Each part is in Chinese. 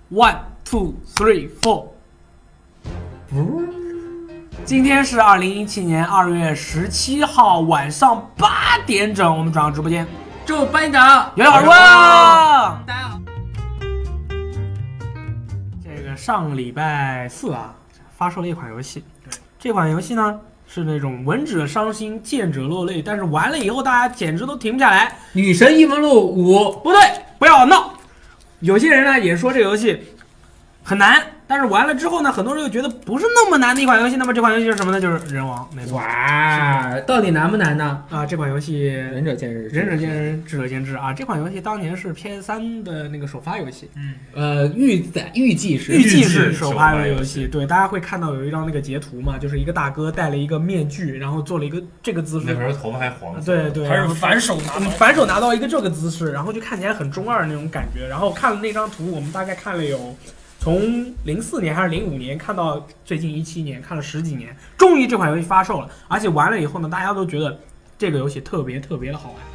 One, two, three, four。今天是2017年2月17号晚上8点整，我们转到直播间。 祝班长有耳光。 大家好。 这个上礼拜4啊，发售了一款游戏。这款游戏呢是那种闻者伤心，见者落泪，但是玩了以后大家简直都停不下来。 女神异闻录5， 不对，不要闹。有些人呢也说这个游戏很难，但是玩了之后呢，很多人又觉得不是那么难的一款游戏。那么这款游戏是什么呢？就是人王，没错。 哇，到底难不难呢？ 啊，这款游戏仁者见仁， 仁者见仁，智者见智啊。这款游戏当年是 PS3 的那个首发游戏， 预计是首发游戏。对，大家会看到有一张那个截图嘛，就是一个大哥戴了一个面具，然后做了一个这个姿势。 那时候头发还黄色。 对对， 还是反手拿到一个这个姿势，然后就看起来很中二那种感觉。然后看了那张图，我们大概看了有从04年还是05年看到最近17年，看了10几年，终于这款游戏发售了。而且玩了以后呢，大家都觉得这个游戏特别特别的好玩。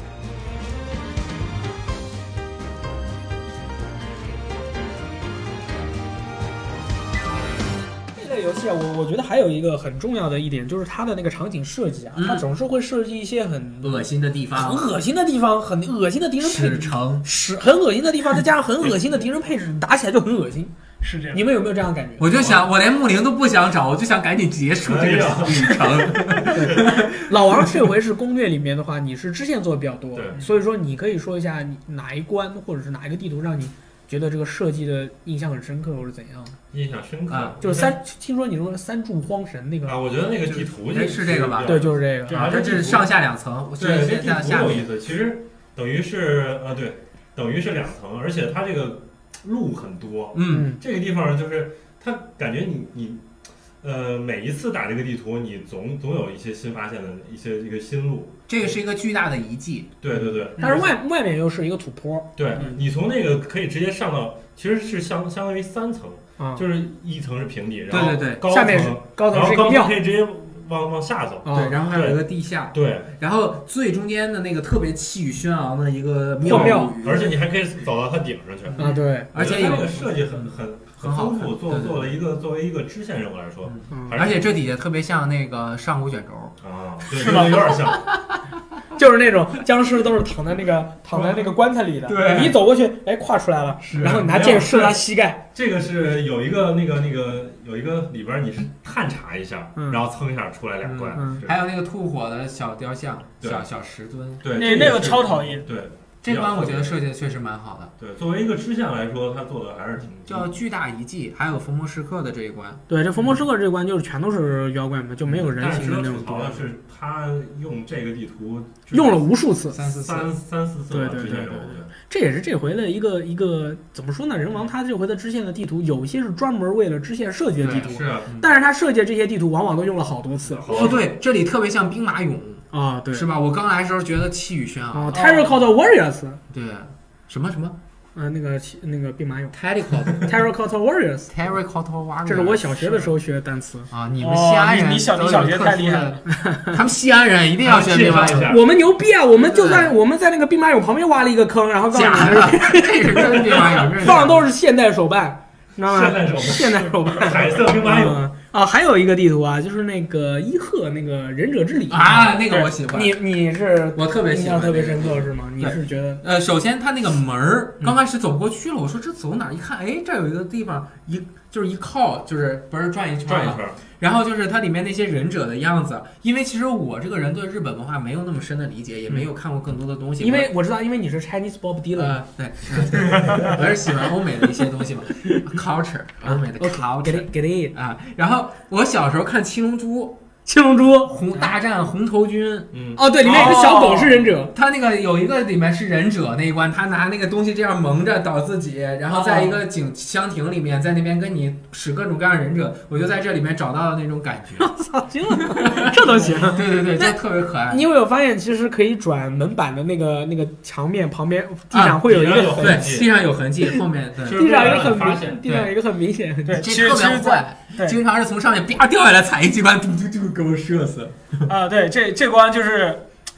这个游戏啊，我觉得还有一个很重要的一点，就是它的那个场景设计啊，它总是会设计一些很恶心的地方， 很恶心的地方，很恶心的敌人配置，很恶心的地方，再加上很恶心的敌人配置，打起来就很恶心。 是这样， 你们有没有这样的感觉？ 我就想，我连木灵都不想找，我就想赶紧结束这个旅程。 老王这回是攻略里面的话，你是支线做的比较多， 对， 所以说你可以说一下你哪一关或者是哪一个地图让你觉得这个设计的印象很深刻，或者怎样？ 印象深刻啊， 就是听说你说三柱荒神那个啊，我觉得那个地图是这个吧？ 对，就是这个。 啊，它这是上下两层， 对，这地图有意思。其实等于是对，等于是2层，而且它这个路很多。这个地方就是它感觉你每一次打这个地图，你总有一些新发现的一个新路。 这个是一个巨大的遗迹。 对对对。 但是外面又是一个土坡。 对，你从那个可以直接上到，其实是相当于3层。就是一层是平地，然后下面是高层是一个庙， 可以直接往下走。 对，然后还有一个地下。 对， 然后最中间的那个特别气宇轩昂的一个庙， 而且你还可以走到它顶上去。 啊，对， 而且这个设计很丰富，作为一个支线任务来说， 而且这底下特别像那个上古卷轴啊，是吧？有点像。 就是那种僵尸都是躺在那个棺材里的， 对， 你一走过去，哎，跨出来了，然后你拿剑射他膝盖。 这个是有一个有一个里边你是探查一下，然后蹭一下出来2关， 还有那个吐火的小雕像，小石墩， 对， 那个超讨厌。 对， 这关我觉得设计的确实蛮好的。 对，作为一个支线来说，它做的还是挺叫巨大遗迹，还有伏魔时刻的这一关。 对，这伏魔时刻这一关就是全都是妖怪嘛，就没有人形的那种。 但是是他用这个地图用了无数次 ，3、4次。 对，这也是这回的一个怎么说呢？人王他这回的支线的地图有些是专门为了支线设计的地图， 是， 但是他设计的这些地图往往都用了好多次。 哦，对，这里特别像兵马俑啊，对， 是吧？我刚来的时候觉得气宇轩昂。 Terracotta Warriors， 对，什么？ 那个兵马俑 Terracotta Warriors， 这是我小学的时候学的单词啊。你们西安人， 你小学太厉害了。 他们西安人一定要学兵马俑。 我们牛逼啊！我们就算我们在那个兵马俑旁边挖了一个坑，然后告诉你这是真兵马俑， 放的都是现代手办，知道吗？现代手办， 彩色兵马俑。 还有一个地图啊，就是那个伊贺那个忍者之礼啊，那个我喜欢。 你是我特别喜欢， 印象特别深刻是吗？你是觉得首先他那个门儿刚开始走不过去了，我说这走哪儿？一看，哎，这有一个地方就是一靠，就是不是转一圈。然后就是它里面那些忍者的样子，因为其实我这个人对日本文化没有那么深的理解，也没有看过更多的东西。 因为我知道，因为你是 Chinese Bob Dylan， 对，我是喜欢欧美的一些东西嘛，culture， 欧美的 culture 啊。然后我小时候看七龙珠大战红头军， 对，里面有个小狗是忍者， 他那个有一个里面是忍者那一关，他拿那个东西这样蒙着倒自己，然后在一个香亭里面，在那边跟你使各种各样忍者，我就在这里面找到了那种感觉。 我操，惊了，这都行？ 对，就特别可爱。 你有没有发现，其实可以转门板的那个墙面旁边地上会有一个对，地上有痕迹，后面地上有一个很明显， 对， 这特别坏，经常是从上面啪掉下来踩一机关，就给我射死。 啊，对，这关就是，哎，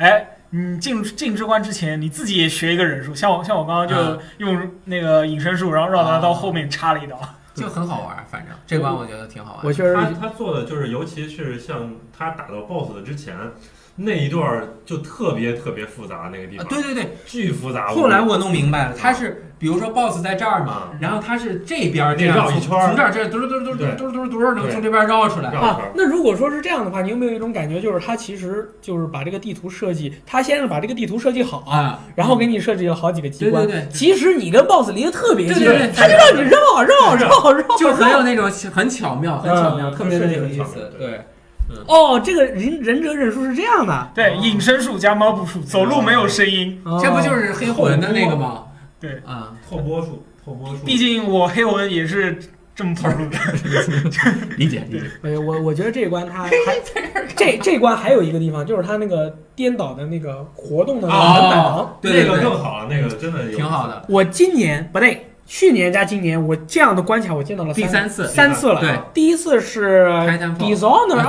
你进这关之前，你自己也学一个忍术，像我刚刚就用那个隐身术，然后绕他到后面插了一刀， 就很好玩。反正这关我觉得挺好玩。 我确实他做的就是，尤其是像他打到 BOSS 的之前。那一段就特别复杂，那个地方对， 巨复杂。 后来我弄明白了，他是比如说 BOSS 在这儿嘛，然后他是这边这样绕一圈， 从这儿这嘟能从这边绕出来啊。那如果说是这样的话，你有没有一种感觉，就是他其实就是把这个地图设计，他先是把这个地图设计好啊，然后给你设计了好几个机关。 对， 其实你跟 BOSS 离得特别近，他就让你绕， 就很有那种很巧妙，特别的有意思。对。 哦，这个忍者忍术是这样的， 对，隐身术加猫步术，走路没有声音， 这不就是黑魂的那个吗？ 对啊， 透波术。 毕竟我黑魂也是这么投入的， 理解。 我觉得这一关它这关还有一个地方，就是它那个颠倒的那个活动的门板房， 那个更好了，那个真的挺好的。 我今年不对。去年加今年，我这样的关卡我见到了三次了。 对， 第一次是 Dishonor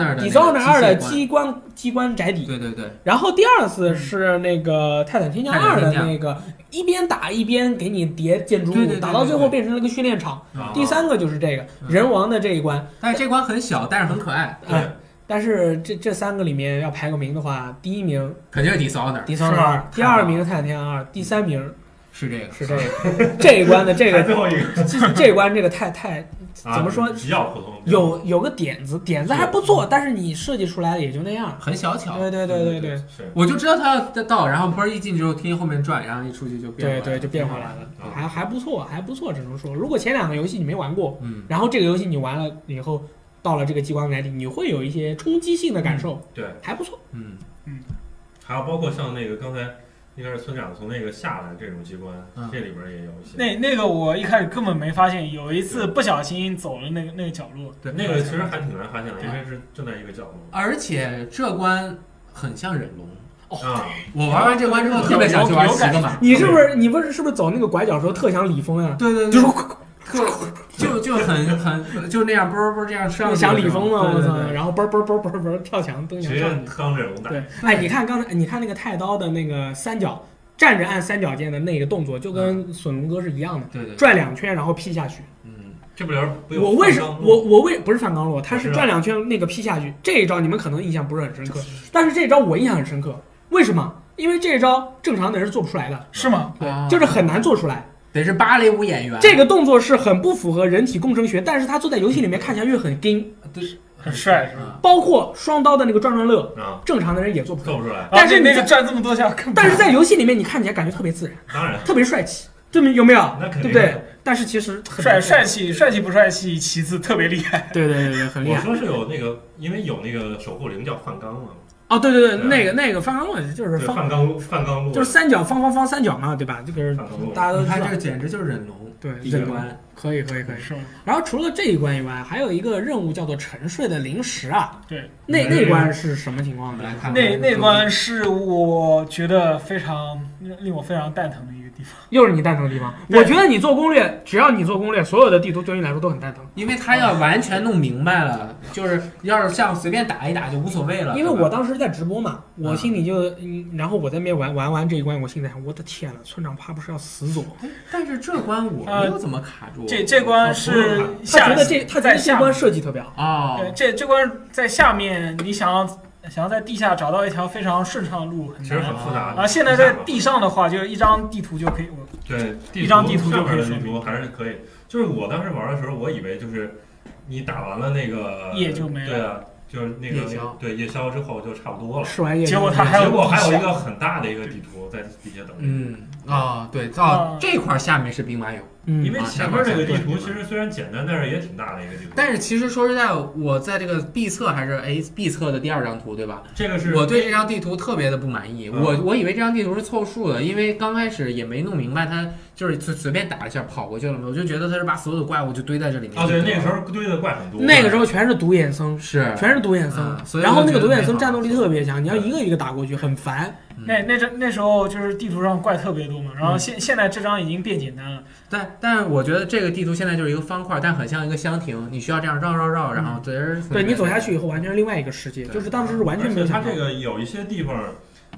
2的机关宅邸。 对。 然后第二次是那个泰坦天降2的那个一边打一边给你叠建筑物，打到最后变成了个训练场。第三个就是这个人王的这一关， 但是这关很小，但是很可爱。 对。但是这三个里面要排个名的话，第一名肯定是 Dishonor， 第二名泰坦天降2，第三名。 是这个， 这一关的这个最后一个， 这一关这个太怎么说？ 比较普通， 有个点子还不错，但是你设计出来的也就那样， 很小巧。 对， 我就知道他要到，然后不是一进之后听后面转，然后一出去就变回来， 就变回来了，还不错，只能说，如果前两个游戏你没玩过，然后这个游戏你玩了以后，到了这个激光宅邸，你会有一些冲击性的感受， 对， 还不错， 还有包括像那个刚才。应该是村长从那个下来这种机关，这里边也有一些。 那个我一开始根本没发现，有一次不小心走了那个角落。 对，那个其实还挺难发现的，因为是正在一个角落。 而且这关很像忍龙。我玩完这关之后特别想去玩10个马。 你是不是走那个拐角的时候特想李峰呀？ 对，就很就那样啵这样上， 想李峰嘛，我操，然后啵跳墙蹬墙上。 刚忍龙打。 对，哎，你看刚才你看那个太刀的那个三角站着按三角键的那个动作，就跟损龙哥是一样的， 对， 转2圈然后劈下去。 这不了我为什么我不是范刚洛，他是转2圈那个劈下去，这一招你们可能印象不是很深刻，但是这一招我印象很深刻，为什么？因为这一招正常的人是做不出来的， 是吗？ 对，就是很难做出来。 得是芭蕾舞演员， 这个动作是很不符合人体工程学，但是他做在游戏里面看起来又很硬， 很帅，是吧？ 包括双刀的那个转乐，正常的人也做不出来。但是那个转这么多下， 但是在游戏里面你看起来感觉特别自然， 当然特别帅气，对没有没有？对不对？但是其实帅气不帅气，其次特别厉害。 对，很厉害。 我说是有那个，因为有那个守护灵叫范刚嘛。 哦，对，那个范刚洛就是范刚洛， 就是三角方三角嘛，对吧？这个大家都知道， 他这简直就是忍龙。 对，忍关可以。 是。 然后除了这一关以外，还有一个任务叫做沉睡的灵石啊。 对， 那关是什么情况呢？ 那关是我觉得令我非常蛋疼的一个地方。 又是你蛋疼的地方。我觉得你做攻略，只要你做攻略，所有的地图对于你来说都很蛋疼， 因为他要完全弄明白了，就是要是像随便打一打就无所谓了。 因为我当时在直播嘛，我心里就，然后我在那边玩完这一关，我心里想，我的天呐，村长怕不是要死走？ 但是这关我没有怎么卡住。 这关是他觉得这关设计特别好啊。 对，这关在下面，你想要在地下找到一条非常顺畅的路， 其实很复杂。 然后现在在地上的话，就一张地图就可以。 对， 一张地图就可以。 地图还是可以。就是我当时玩的时候，我以为就是你打完了那个夜就没了。 对啊，就是那个夜宵之后就差不多了。 试完夜， 结果还有一个很大的一个地图在底下等。 对，这块下面是兵马俑。 因为前面这个地图其实虽然简单，但是也挺大的一个地图。 但是其实说实在，我在这个 B 侧还是 B 侧的第2张图，对吧？ 这个是我对这张地图特别的不满意。我以为这张地图是凑数的，因为刚开始也没弄明白，它就是随便打一下跑过去了嘛。我就觉得它是把所有的怪物就堆在这里面。 哦，对，那个时候堆的怪很多。 那个时候全是独眼僧， 全是独眼僧。然后那个独眼僧战斗力特别强，你要一个一个打过去，很烦。 那时候就是地图上怪特别多嘛，然后现在这张已经变简单了。 但是我觉得这个地图现在就是一个方块，但很像一个箱庭，你需要这样绕，然后对你走下去以后完全是另外一个世界，就是当时是完全没有。 它这个有一些地方，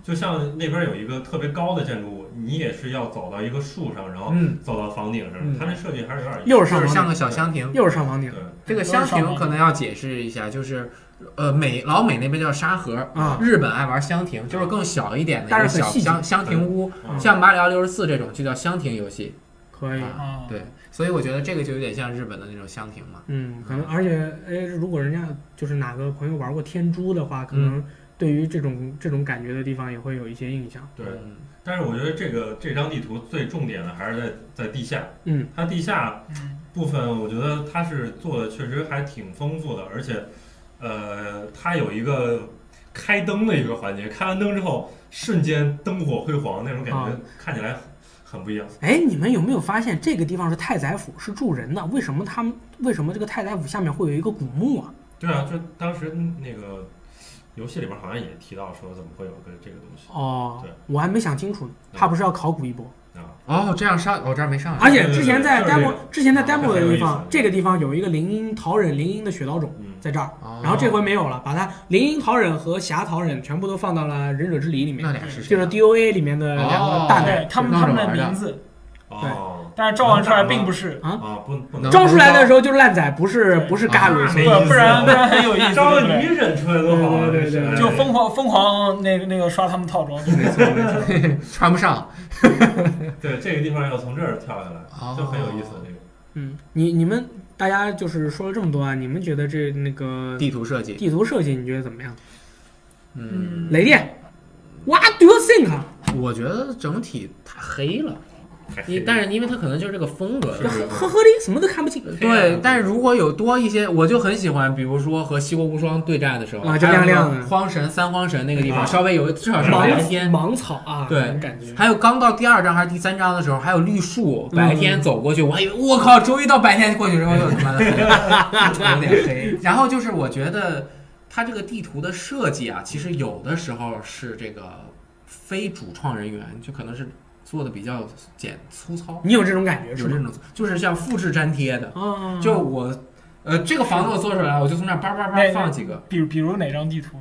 就像那边有一个特别高的建筑物，你也是要走到一个树上，然后走到房顶上，它那设计还是有点又是像个小香亭， 又是上房顶。 这个香亭可能要解释一下，就是老美那边叫沙盒啊， 日本爱玩香亭，就是更小一点的一个小香亭屋，像马里奥64这种就叫香亭游戏。 可以对，所以我觉得这个就有点像日本的那种香亭嘛。 可能而且如果人家就是哪个朋友玩过天珠的话，可能对于这种感觉的地方也会有一些印象。 对，但是我觉得这张地图最重点的还是在地下。它地下部分我觉得它是做的确实还挺丰富的，而且它有一个开灯的一个环节，开完灯之后瞬间灯火辉煌那种感觉，看起来很不一样。 你们有没有发现这个地方是太宰府，是住人的？为什么这个太宰府下面会有一个古墓啊？对啊，就当时那个游戏里边好像也提到说怎么会有个这个东西。对， 我还没想清楚呢，怕不是要考古一波。 这样上我这儿没上。 而且之前在 demo 的地方，这个地方有一个灵鹰桃忍灵鹰的血刀种在这儿，然后这回没有了，把它灵鹰桃忍和霞桃忍全部都放到了忍者之礼里面，就是 DOA 里面的两个大奶， 他们的名字。对，但是召唤出来并不是不能招出来的时候就是烂仔，不是嘎鲁， 不然很有意思。 招你忍出来多好， 对， 就疯狂那个刷他们套装， 没错， 穿不上。 对，这个地方要从这儿跳下来，就很有意思。这个， 你们大家就是说了这么多啊，你们觉得这那个地图设计你觉得怎么样？雷电 ，What do you think？ 我觉得整体太黑了。但是因为它可能就是这个风格， 呵的，什么都看不清。 对，但是如果有多一些，我就很喜欢，比如说和西国无双对战的时候， 就亮亮的荒神三荒神那个地方，稍微有至少是白天芒草啊， 对， 感觉。 还有刚到第2章还是第3章的时候，还有绿树，白天走过去，我还以为我靠，终于到白天过去之后又他妈的有点黑。然后就是我觉得它这个地图的设计啊，其实有的时候是这个非主创人员，就可能是做的比较粗糙。 你有这种感觉是吗？ 有这种，就是像复制粘贴的。就我这个房子我做出来，我就从那叭放几个。 比如哪张地图？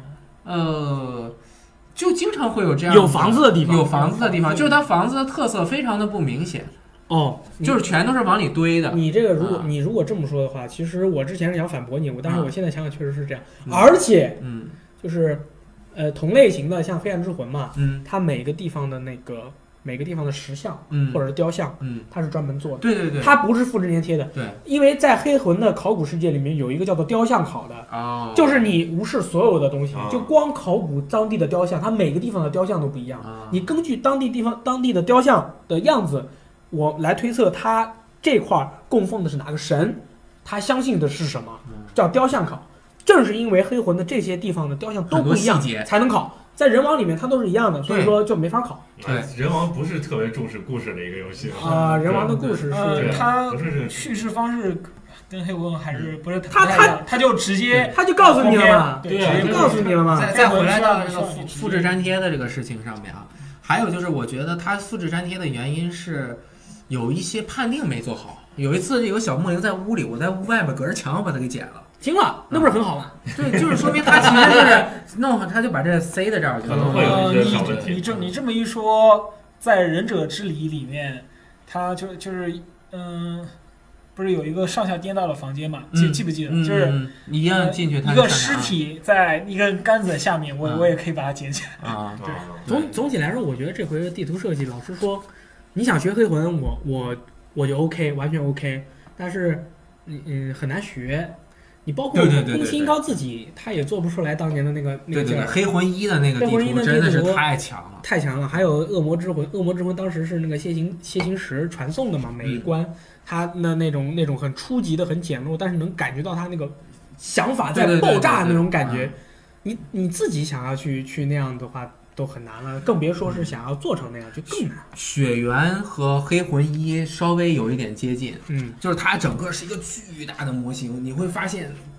就经常会有这样有房子的地方，就是它房子的特色非常的不明显。就是全都是往里堆的。 你这个如果这么说的话，其实我之前是想反驳你，但是我现在想想确实是这样。而且就是同类型的像黑暗之魂嘛，它每个地方的石像，或者是雕像，它是专门做的。 对， 它不是复制粘贴的。 对， 因为在黑魂的考古世界里面有一个叫做雕像考的，就是你无视所有的东西，就光考古当地的雕像，它每个地方的雕像都不一样。你根据当地的雕像的样子，我来推测它这块供奉的是哪个神，他相信的是什么，叫雕像考。正是因为黑魂的这些地方的雕像都不一样，才能考。在人王里面它都是一样的，所以说就没法考。 对，人王不是特别重视故事的一个游戏人王的故事是它叙事方式跟黑魂还是不是太一样，他就直接他就告诉你了嘛， 对， 就告诉你了嘛。 再回来到这个复制粘贴的这个事情上面啊，还有就是我觉得它复制粘贴的原因是有一些判定没做好。有一次有小木灵在屋里，我在屋外边隔着墙把它给剪了。 行了，那不是很好吗？ 对，就是说明他其实就是弄好，他就把这塞在这儿， 可能会有一些小问题。 你这么一说，在忍者之礼里面，他就是不是有一个上下颠倒的房间嘛？记不记得？就是一样进去， 一个尸体在一根杆子下面，我也可以把它捡起来啊。 对， 总体来说，我觉得这回的地图设计，老实说，你想学黑魂，我就 OK， 完全 OK， 但是很难学。你包括宫崎英高自己，他也做不出来当年的那个劲儿。 黑魂1的那个地图真的是太强了， 还有恶魔之魂当时是那个楔形石传送的嘛，每一关他那种很初级的很简陋，但是能感觉到他那个想法在爆炸那种感觉。你自己想要去那样的话都很难了，更别说是想要做成那样就更难。 血缘和黑魂1稍微有一点接近，就是它整个是一个巨大的模型，你会发现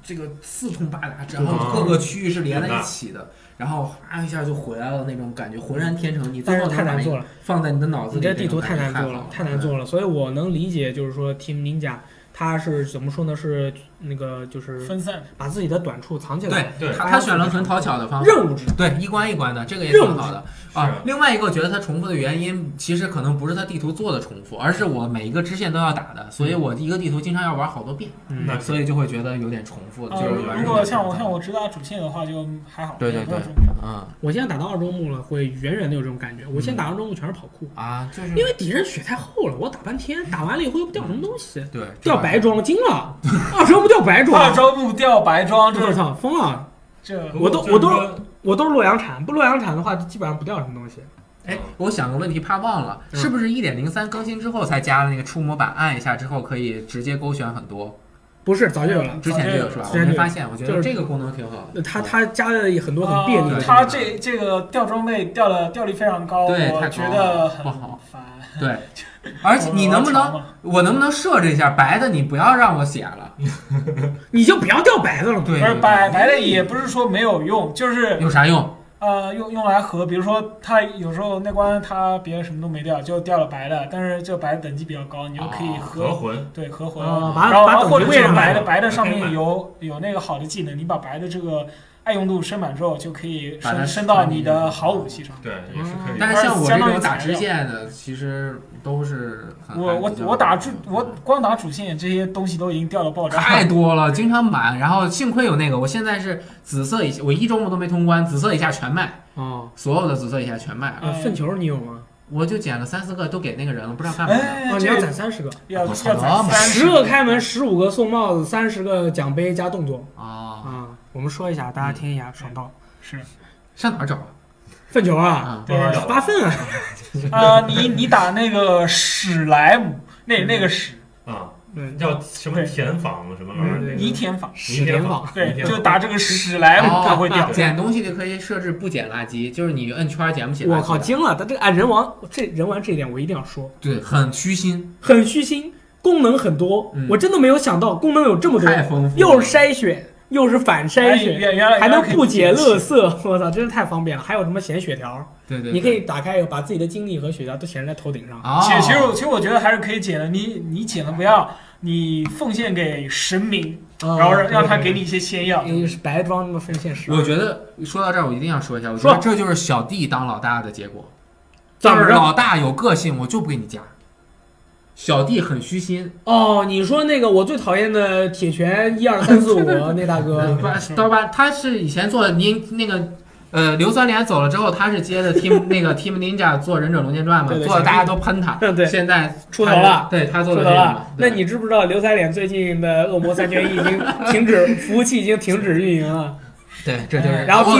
这个四通八达，然后各个区域是连在一起的，然后哗一下就回来了那种感觉，浑然天成。你但是太难做了， 放在你的脑子里， 你这地图太难做了，太难做了。所以我能理解，就是说 Team Ninja 他是怎么说呢？是那个就是分散， 把自己的短处藏起来。 对，他选了很讨巧的方法， 任务制， 对，一关一关的，这个也挺好的啊。另外一个我觉得它重复的原因，其实可能不是它地图做的重复，而是我每一个支线都要打的，所以我一个地图经常要玩好多遍，所以就会觉得有点重复的。 如果像我只打主线的话，就还好。 对， 我现在打到2周目了，会远远的有这种感觉。我现在打2周目全是跑酷啊，就是因为敌人血太厚了，我打半天，打完了以后又不掉什么东西， 对， 掉白装惊了，2周目掉白装 ，2周目掉白装， 我操，疯了！ 这我都是洛阳铲，不洛阳铲的话，基本上不掉什么东西。 哎，我想个问题，怕忘了，是不是 1.03 更新之后才加了那个触摸板，按一下之后可以直接勾选很多？ 不是，早就有了， 之前就有是吧？我没发现，我觉得这个功能挺好的。 它加了很多很便利的。 它这个掉装备掉率非常高， 对， 我觉得不好。 烦。 对，而且你能不能设置一下白的？你不要让我写了， 你就不要掉白的了。 对， 不是白的也不是说没有用，就是有啥用？ 用来合，比如说他有时候那关他别的什么都没掉，就掉了白的，但是这白的等级比较高，你就可以合魂， 对，合魂， 然后或者是白的上面有那个好的技能，你把白的这个爱用度升满之后，就可以升到你的好武器上。 对，也是可以。 但是像我这种打支线的，其实都是我光打主线这些东西都已经掉到爆炸， 太多了，经常满。然后幸亏有那个，我现在是紫色一下，我1周目都没通关，紫色一下全卖。所有的紫色一下全卖。 粪球你有吗？ 我就捡了3-4个，都给那个人了，不知道干嘛。 你要攒30个， 要攒10个开门，15个送帽子，30个奖杯加动作。我们说一下，大家听一下，爽到。 是， 上哪儿找啊？ 粪球啊， 对 8份啊。 你打那个史莱姆，那个史啊。叫什么田坊什么玩意儿？ 泥田坊， 对， 就打这个史莱姆它会掉。 捡东西就可以设置不捡垃圾，就是你摁圈捡不起。 我靠，惊了！他这个人王这一点我一定要说， 对，很虚心， 功能很多，我真的没有想到功能有这么多， 太丰富， 又是筛选，又是反筛选，还能不解垃圾，我操，真是太方便了。还有什么显血条？ 对， 你可以打开把自己的精力和血条都显示在头顶上。 其实我觉得还是可以捡的，你捡了不要。你奉献给神明，然后让他给你一些仙药。 你是白装那么奉献我觉得说到这儿，我一定要说一下，我觉得这就是小弟当老大的结果。 就是老大有个性，我就不给你加。小弟很虚心。 你说那个我最讨厌的铁拳12345那大哥， 刀疤，他是以前做您那个。硫酸莲走了之后，他是接着 Team Ninja 做忍者龙剑传嘛，做的大家都喷他。 对， 现在出头了， 对他做的这个。 那你知不知道硫酸莲最近的恶魔3缺1已经停止，服务器已经停止运营了？ 对，这就是。 然后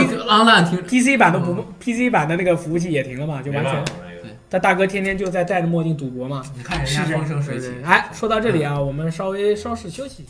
PC 版PC 版的那个服务器也停了嘛，就完全。他大哥天天就在戴着墨镜赌博嘛。 你看人家风生水起。 哎，说到这里啊，我们稍事休息。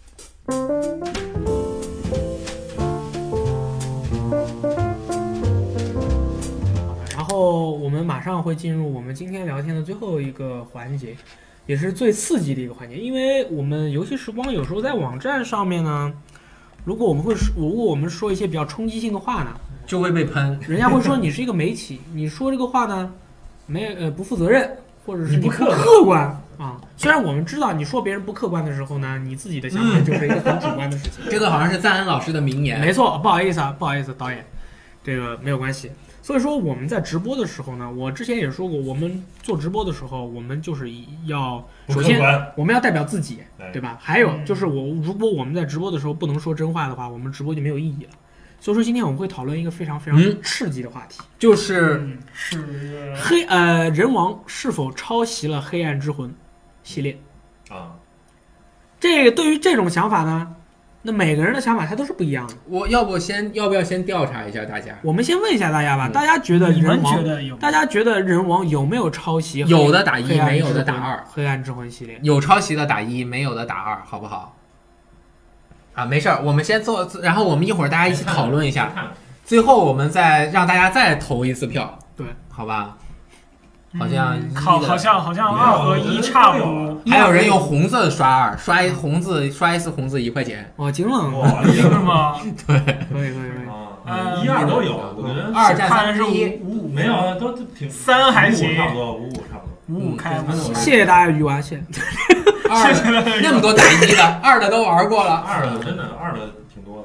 然后我们马上会进入我们今天聊天的最后一个环节，也是最刺激的一个环节。因为我们游戏时光有时候在网站上面呢，如果我们说一些比较冲击性的话呢， 就会被喷。 人家会说你是一个媒体，你说这个话呢，不负责任，或者是你不客观啊。虽然我们知道你说别人不客观的时候呢，你自己的想法就是一个很主观的事情。 这个好像是赞恩老师的名言。 没错，不好意思，导演，这个没有关系。所以说我们在直播的时候呢，我之前也说过，我们做直播的时候，我们就是要首先我们要代表自己，对吧？还有就是如果我们在直播的时候不能说真话的话，我们直播就没有意义了。所以说今天我们会讨论一个非常非常刺激的话题，就是人王是否抄袭了《黑暗之魂》系列啊？这个对于这种想法呢？那每个人的想法他都是不一样的。 我要不要先调查一下大家？ 我们先问一下大家吧，大家觉得人王，大家觉得人王有没有抄袭？ 有的打1，没有的打2。 黑暗之魂系列有抄袭的打1，没有的打2，好不好？啊，没事儿，我们先做，然后我们一会儿大家一起讨论一下，最后我们再让大家再投一次票， 对， 好吧？ 好像好像2和1差不多。 还有人用红色的刷2，刷一次红字1块钱。 哇，惊了！ 哇， 是吗？ 对， 可以。 1、2都有，我觉得 2占 3%， 没有，都挺 3还行， 差不多，55差不多。 55开。 谢谢大家鱼丸，谢谢。 那么多打1的，2的都玩过了 ，2的真的2的挺多的。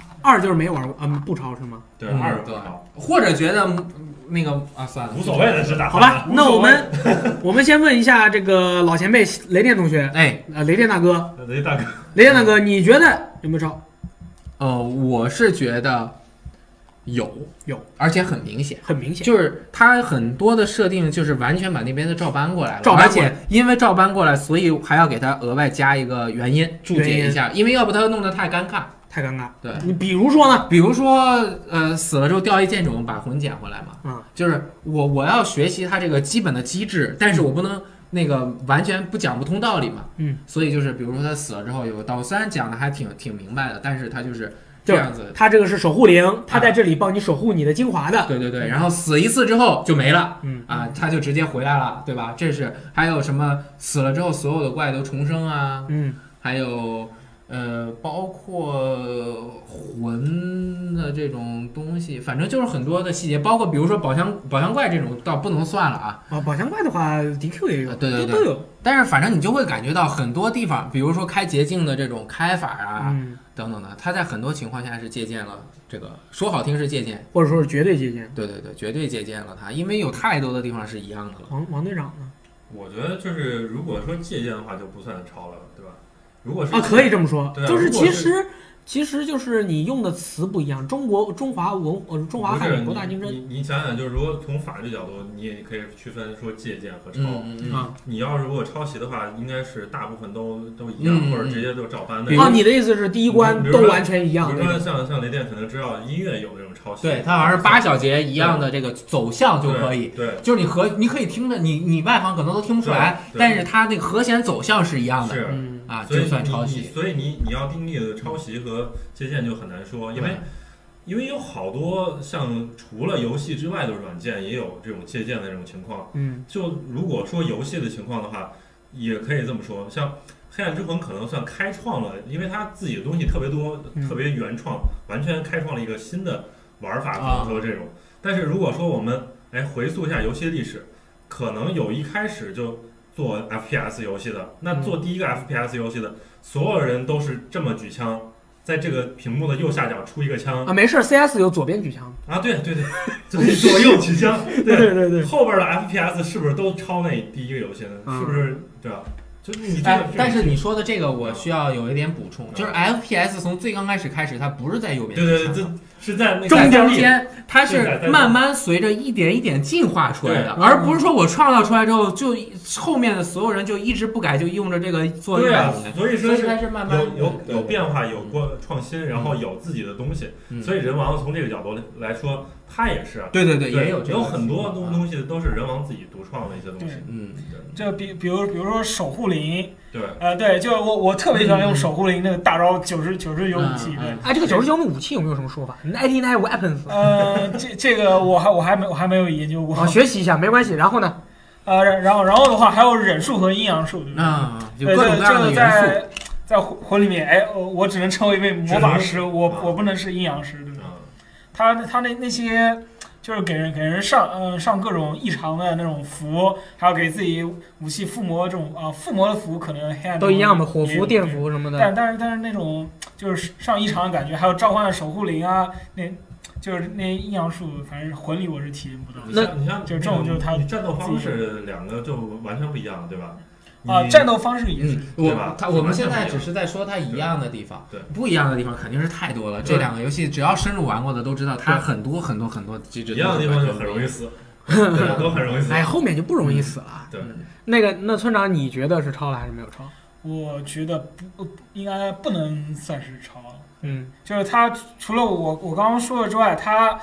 2就是没玩过，不超是吗？ 对，2不超。 或者觉得那个算了， 无所谓的是打。 好吧，那我们先问一下这个老前辈雷电同学，雷电大哥，雷电大哥，你觉得有没有超？ 我是觉得有，而且很明显，就是它很多的设定就是完全把那边的照搬过来了，而且因为照搬过来，所以还要给它额外加一个原因注解一下，因为要不它弄得太尴尬。 对，你比如说呢？ 比如说，死了之后掉一剑种，把魂捡回来嘛。就是我要学习它这个基本的机制，但是我不能那个完全讲不通道理嘛。所以就是比如说他死了之后有个刀，虽然讲的还挺明白的，但是他就是这样子。 他这个是守护灵，他在这里帮你守护你的精华的。 对，然后死一次之后就没了。他就直接回来了，对吧？这是还有什么死了之后所有的怪都重生啊？还有。包括魂的这种东西，反正就是很多的细节，包括比如说宝箱怪这种倒不能算了啊。 宝箱怪的话 DQ 也有， 对都有。 但是反正你就会感觉到很多地方，比如说开捷径的这种开法啊，等等的，它在很多情况下是借鉴了这个，说好听是借鉴， 或者说是绝对借鉴。 对，绝对借鉴了它，因为有太多的地方是一样的了。 王队长呢？ 我觉得就是如果说借鉴的话，就不算超了，对吧？如果是可以这么说，就是其实就是你用的词不一样。中华汉语博大精深。 你想想，就是如果从法律角度，你也可以区分说借鉴和抄。你要如果抄袭的话，应该是大部分都一样，或者直接就照搬的。 你的意思是第一关都完全一样？ 比如说像雷电可能知道音乐有这种抄袭， 对，它好像是8小节一样的这个走向就可以。 对， 就是你可以听着，你外行可能都听不出来，但是它那个和弦走向是一样的。 是就算抄袭。 所以你要定义的抄袭和借鉴就很难说，因为有好多像除了游戏之外的软件也有这种借鉴的这种情况。就如果说游戏的情况的话，也可以这么说，像黑暗之魂可能算开创了，因为它自己的东西特别多，特别原创，完全开创了一个新的玩法，可能说这种。但是如果说我们回溯一下游戏的历史，可能有一开始就做 FPS 游戏的，那做第一个 FPS 游戏的所有人都是这么举枪，在这个屏幕的右下角出一个枪没事 ，CS 有左边举枪对，就是左右举枪， 对， 后边的 FPS 是不是都抄那第一个游戏呢？是不是对吧？就是你但是你说的这个我需要有一点补充，就是 FPS 从最刚开始开始，它不是在右边， 对，这是在那中间，它是慢慢随着一点一点进化出来的，而不是说我创造出来之后，就后面的所有人就一直不改，就用着这个做100年。 所以说它是慢慢有变化，有过创新，然后有自己的东西。所以人王从这个角度来说，它也是对，也有很多东西都是人王自己独创的一些东西。 这比如说守护灵， 对， 就我特别喜欢用守护灵那个大招99武器。 这个99武器有没有什么说法？99 weapons。 这个我还没有研究过。 学习一下没关系。然后呢？ 然后的话还有忍术和阴阳术，对不对？ 有各种各样的元素。 在魂里面，我只能成为一位魔法师，我不能是阴阳师，对不对？他那些。就是给人上各种异常的那种符，还有给自己武器附魔这种附魔的符，可能黑暗都一样的，火符、电符什么的。 但是那种就是上异常的感觉，还有召唤的守护灵啊，就是那阴阳术，反正魂里我是体验不到。 你像就这种就是他战斗方式两个就完全不一样，对吧？ 战斗方式也是， 对吧？ 我们现在只是在说它一样的地方， 对， 不一样的地方肯定是太多了。这两个游戏只要深入玩过的都知道，它很多机制。 一样的地方就很容易死，对，都很容易死。 后面就不容易死了。 对， 那村长，你觉得是超了还是没有超？ 我觉得应该不能算是超。就是它除了我刚刚说的之外，它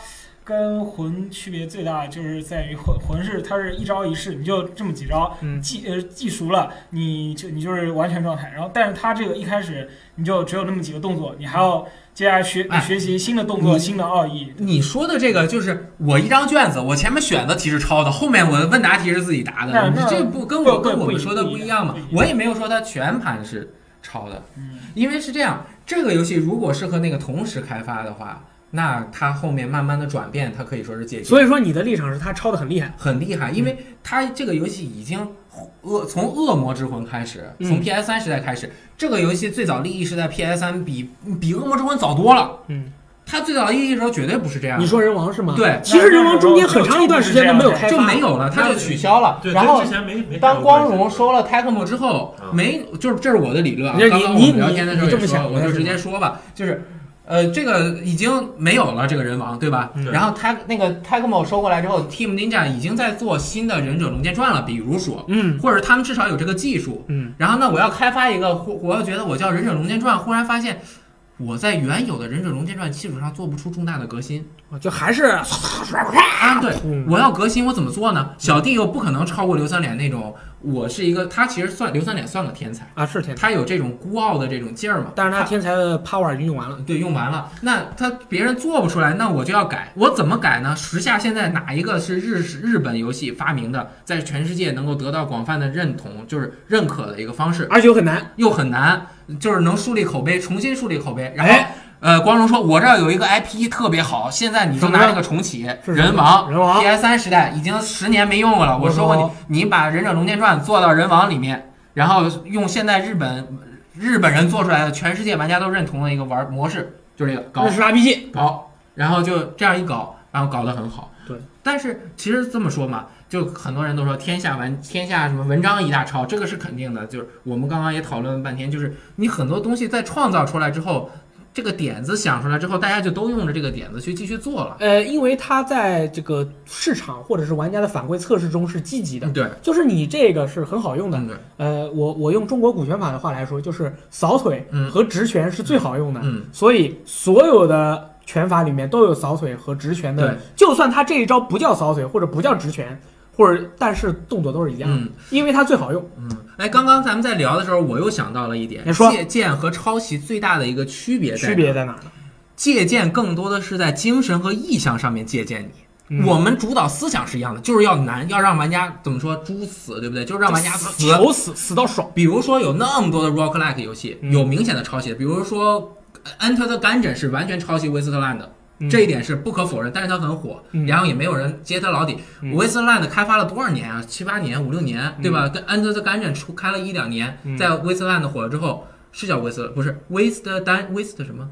跟魂区别最大就是在于魂是它是一招一式，你就这么几招，记熟了，你就是完全状态。然后，但是它这个一开始你就只有那么几个动作，你还要接下来学习新的动作、新的奥义。 你说的这个就是我一张卷子，我前面选的题是抄的，后面我的问答题是自己答的，你这不跟我们说的不一样吗？我也没有说它全盘是抄的，因为是这样，这个游戏如果是和那个同时开发的话。那它后面慢慢的转变，它可以说是借鉴。 所以说你的立场是它抄的很厉害， 很厉害，因为它这个游戏已经从恶魔之魂开始，从 PS3 时代开始，这个游戏最早立意是在 PS3 比恶魔之魂早多了。它最早立意的时候绝对不是这样。 你说人王是吗？ 对， 其实人王中间很长一段时间都没有开发， 就没有了，它就取消了。然后当光荣收了 Tecmo 之后，就是这是我的理论啊。刚刚我们聊天的时候也说，我就直接说吧，就是。这个已经没有了，这个人王，对吧？然后他那个 Tecmo 收过来之后 ，Team Ninja 已经在做新的忍者龙剑传了，比如说，或者他们至少有这个技术，然后呢，我要开发一个，我要觉得我叫忍者龙剑传，忽然发现我在原有的忍者龙剑传基础上做不出重大的革新， 就还是啊，对，我要革新，我怎么做呢？小弟又不可能超过刘三脸那种。我是一个，他其实刘三脸算个天才啊，是天才， 他有这种孤傲的这种劲儿嘛。 但是他天才的 power 已经用完了， 对，用完了。那他别人做不出来，那我就要改。我怎么改呢？时下现在哪一个是日本游戏发明的，在全世界能够得到广泛的认同，就是认可的一个方式， 而且又很难， 就是能树立口碑，重新树立口碑。然后。光荣说，我这儿有一个 IP 特别好，现在你就拿这个重启人王 PS3 时代已经10年没用过了。我说过你把忍者龙剑传做到人王里面，然后用现在日本人做出来的全世界玩家都认同的一个玩模式，就是这个搞日式 RPG 搞，然后就这样一搞，然后搞得很好。 对， 但是其实这么说嘛，就很多人都说天下什么文章一大抄，这个是肯定的。就是我们刚刚也讨论了半天，就是你很多东西在创造出来之后。这个点子想出来之后，大家就都用着这个点子去继续做了。 因为它在这个市场或者是玩家的反馈测试中是积极的。 对， 就是你这个是很好用的。我用中国股权法的话来说，就是扫腿和直拳是最好用的。所以所有的拳法里面都有扫腿和直拳的。就算他这一招不叫扫腿或者不叫直拳，但是动作都是一样的，因为它最好用。 刚刚咱们在聊的时候，我又想到了一点，借鉴和抄袭最大的一个区别在哪呢？借鉴更多的是在精神和意象上面借鉴你。我们主导思想是一样的，就是要难，要让玩家怎么说猪死，对不对？就是让玩家求死到爽。 比如说有那么多的 roguelike 游戏，有明显的抄袭的，比如说 Enter the Gungeon 是完全抄袭 Wasteland 的。这一点是不可否认，但是它很火，然后也没有人接它老底。Wasteland 开发了多少年啊？7、8年、5、6年，对吧？跟 Enter the Gungeon 开了1、2年，在 Wasteland 火了之后，是叫 Waste 不是 Waste什么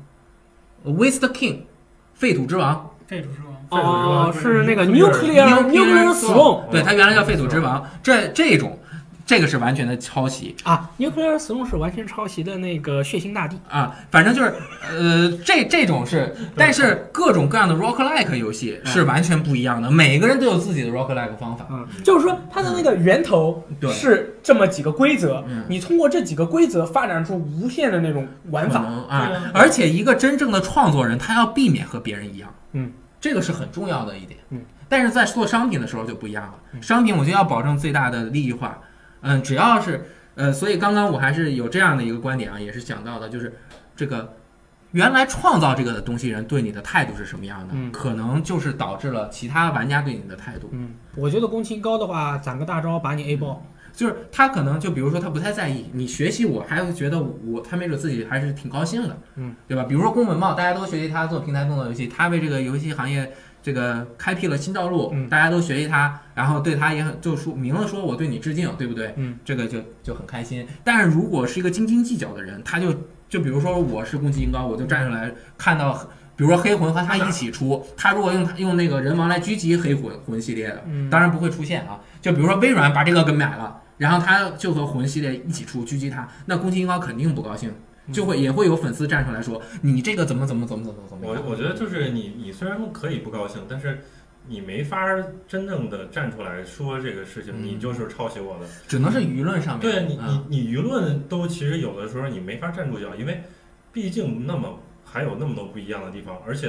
？Waste King， 废土之王。 废土之王。 是那个 Nuclear Throne， 对，它原来叫废土之王。这个是完全的抄袭啊 ！Nuclear Throne 是完全抄袭的那个血腥大地啊，反正就是这种是，但是各种各样的 roguelike 游戏是完全不一样的，每个人都有自己的 roguelike 方法。 就是说它的那个源头是这么几个规则，你通过这几个规则发展出无限的那种玩法啊！而且一个真正的创作人，他要避免和别人一样，这个是很重要的一点。但是在做商品的时候就不一样了，商品我就要保证最大的利益化。只要是所以刚刚我还是有这样的一个观点啊，也是想到的，就是这个原来创造这个的东西人对你的态度是什么样的，可能就是导致了其他玩家对你的态度。 我觉得宫崎高的话，攒个大招把你 A 爆， 就是他可能就比如说他不太在意你学习我，还会觉得他没准自己还是挺高兴的，对吧？比如说宫本茂，大家都学习他做平台动作游戏，他为这个游戏行业这个开辟了新道路，大家都学习他，然后对他也很就说明了说我对你致敬，对不对？这个就很开心。但是如果是一个斤斤计较的人，他就比如说我是宫崎英高，我就站出来看到，比如说黑魂和他一起出，他如果用那个人王来狙击黑魂系列的，当然不会出现啊。就比如说微软把这个给买了，然后他就和魂系列一起出狙击他，那宫崎英高肯定不高兴。也会有粉丝站出来说你这个怎么样。 我觉得就是你虽然可以不高兴，但是你没法真正的站出来说这个事情，你就是抄袭我的， 只能是舆论上面。 对你舆论都其实有的时候你没法站住脚，因为毕竟还有那么多不一样的地方，而且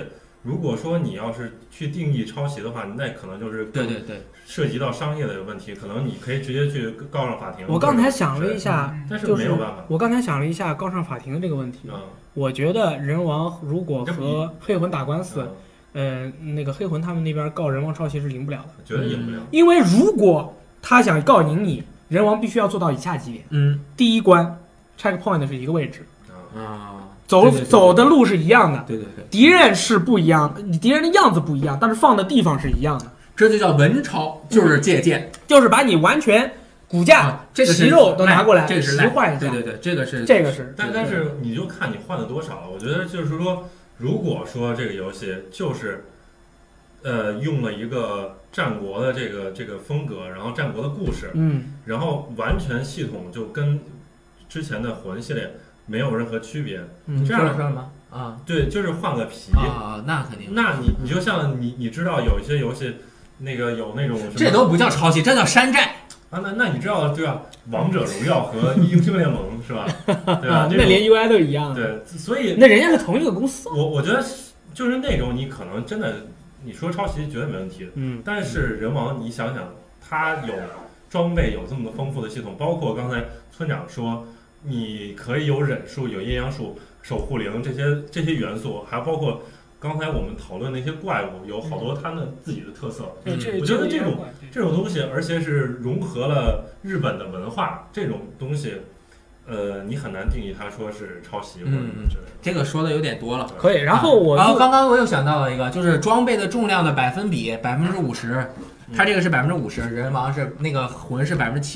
如果说你要是去定义抄袭的话，那可能就是对涉及到商业的问题，可能你可以直接去告上法庭。 我刚才想了一下， 但是没有办法。 我刚才想了一下告上法庭的这个问题。我觉得人王如果和黑魂打官司，那个黑魂他们那边告人王抄袭是赢不了的， 觉得赢不了。 因为如果他想告赢你，人王必须要做到以下几点。第一关 checkpoint 是一个位置。走的路是一样的， 对， 敌人是不一样的，敌人的样子不一样，但是放的地方是一样的， 这就叫文抄，就是借鉴， 就是把你完全骨架、皮肉都拿过来， 这个是奇换一下， 对，这个是， 但是你就看你换了多少，我觉得就是说，如果说这个游戏就是用了一个战国的这个风格，然后战国的故事，然后完全系统就跟之前的魂系列没有任何区别，这样说了吗？啊， 对，就是换个皮啊，那肯定。 那你就像你知道有一些游戏，那个有那种什么， 这都不叫抄袭，这叫山寨啊。那你知道对吧？王者荣耀和英雄联盟是吧？对吧？ 那连 UI 都一样。 对，所以那人家是同一个公司。 我觉得就是那种你可能真的你说抄袭绝对没问题，但是人王你想想，它有装备有这么丰富的系统，包括刚才村长说。你可以有忍术、有阴阳术、守护灵这些元素，还包括刚才我们讨论那些怪物，有好多它们自己的特色。我觉得这种东西，而且是融合了日本的文化，这种东西，你很难定义它说是抄袭或者什么之类的。 这个说的有点多了。 可以，然后刚刚我又想到了一个，就是装备的重量的百分比50%。它这个是50%，人王是那个魂是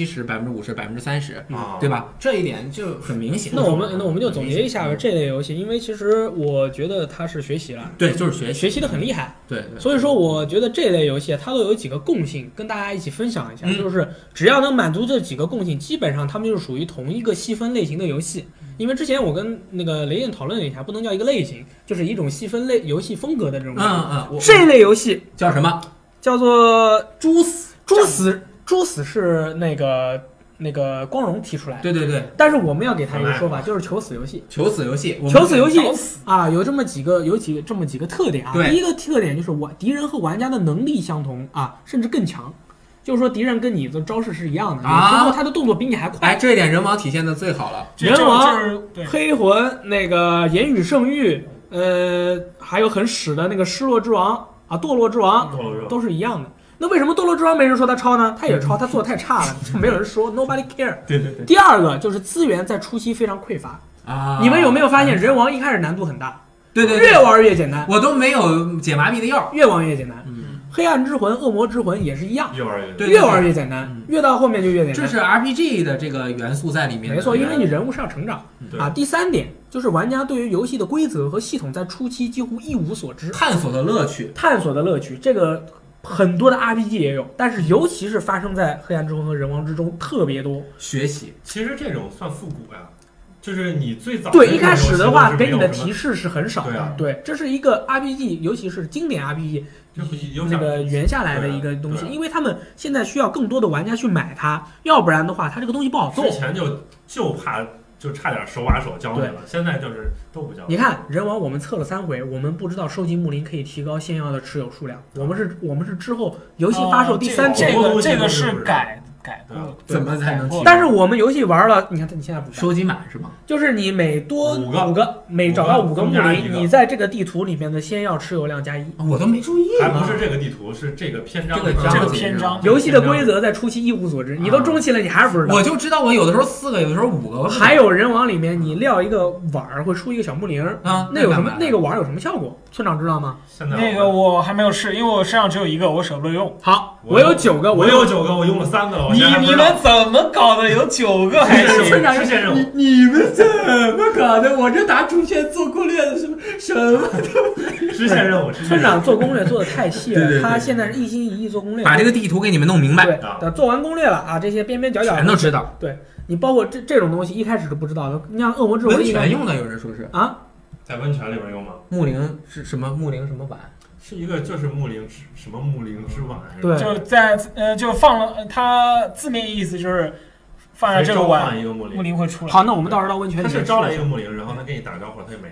70%、50%、30%，对吧？这一点就很明显。 那我们就总结一下吧，这类游戏，因为其实我觉得它是学习了， 对，就是学习的很厉害， 对。 所以说，我觉得这类游戏它都有几个共性，跟大家一起分享一下，就是只要能满足这几个共性，基本上它们就是属于同一个细分类型的游戏。因为之前我跟那个雷电讨论了一下，不能叫一个类型，就是一种细分类游戏风格的这种。这类游戏叫什么？ 叫做诛死是那个光荣提出来的， 对。 但是我们要给他一个说法，就是求死游戏啊，有这么几个特点啊。第一个特点就是敌人和玩家的能力相同啊，甚至更强。就是说敌人跟你的招式是一样的，然后他的动作比你还快。 这一点人王体现的最好了。 人王、黑魂、那个言语圣域，还有很屎的那个失落之王。堕落之王都是一样的。那为什么堕落之王没人说他抄呢？他也抄，他做的太差了，就没有人说 ，nobody care。 对。 第二个就是资源在初期非常匮乏啊。你们有没有发现人王一开始难度很大？ 对， 越玩越简单。 我都没有解麻痹的药， 越玩越简单。黑暗之魂、恶魔之魂也是一样， 越玩越简单，越到后面就越简单。 这是 RPG 的这个元素在里面。 没错，因为你人物是要成长啊。第三点就是玩家对于游戏的规则和系统在初期几乎一无所知， 探索的乐趣， 这个很多的 RPG 也有，但是尤其是发生在黑暗之魂和人王之中特别多。 学习， 其实这种算复古呀。就是你最早对一开始的话给你的提示是很少的， 对， 这是一个 RPG， 尤其是经典 RPG 那个圆下来的一个东西，因为他们现在需要更多的玩家去买它，要不然的话它这个东西不好做。 之前就怕就差点手把手教你了，现在就是都不教。 你看人王我们测了3回，我们不知道收集木林可以提高现要的持有数量，我们是之后游戏发售第3天， 这个是改过， 怎么才能提？ 但是我们游戏玩了，你看你现在不收集满是吗？ 就是你每多5个，每找到5个木林，你在这个地图里面的先要持有量加1。 我都没注意， 还不是这个地图，是这个篇章， 这个篇章。 游戏的规则在初期一无所知，你都中期了，你还是不知道。 我就知道我有的时候4个，有的时候5个。 还有人王里面，你撂一个碗会出一个小木铃啊，那有什么？那个碗有什么效果？村长知道吗？ 那个我还没有试，因为我身上只有1个，我舍不得用。 好，我有9个， 我有9个，我用了3个了。 你们怎么搞的？有9个还行？ 村长支线任务， 你们怎么搞的？我这打主线做攻略的什么都支线任务。 村长做攻略做的太细了，他现在是一心一意做攻略， 把这个地图给你们弄明白。 对，做完攻略了啊，这些边边角角全都知道。 对你包括这种东西一开始都不知道的，你像恶魔之魂温泉用的，有人说是啊， 在温泉里边用吗？ 木灵是什么？木灵什么碗？ 是一个就是木灵什么木灵之碗， 对， 就在就放了，它字面意思就是放在这个碗， 一个木灵会出来。 好，那我们到时候到温泉里面， 他是招来一个木灵，然后他跟你打招呼，他就没了。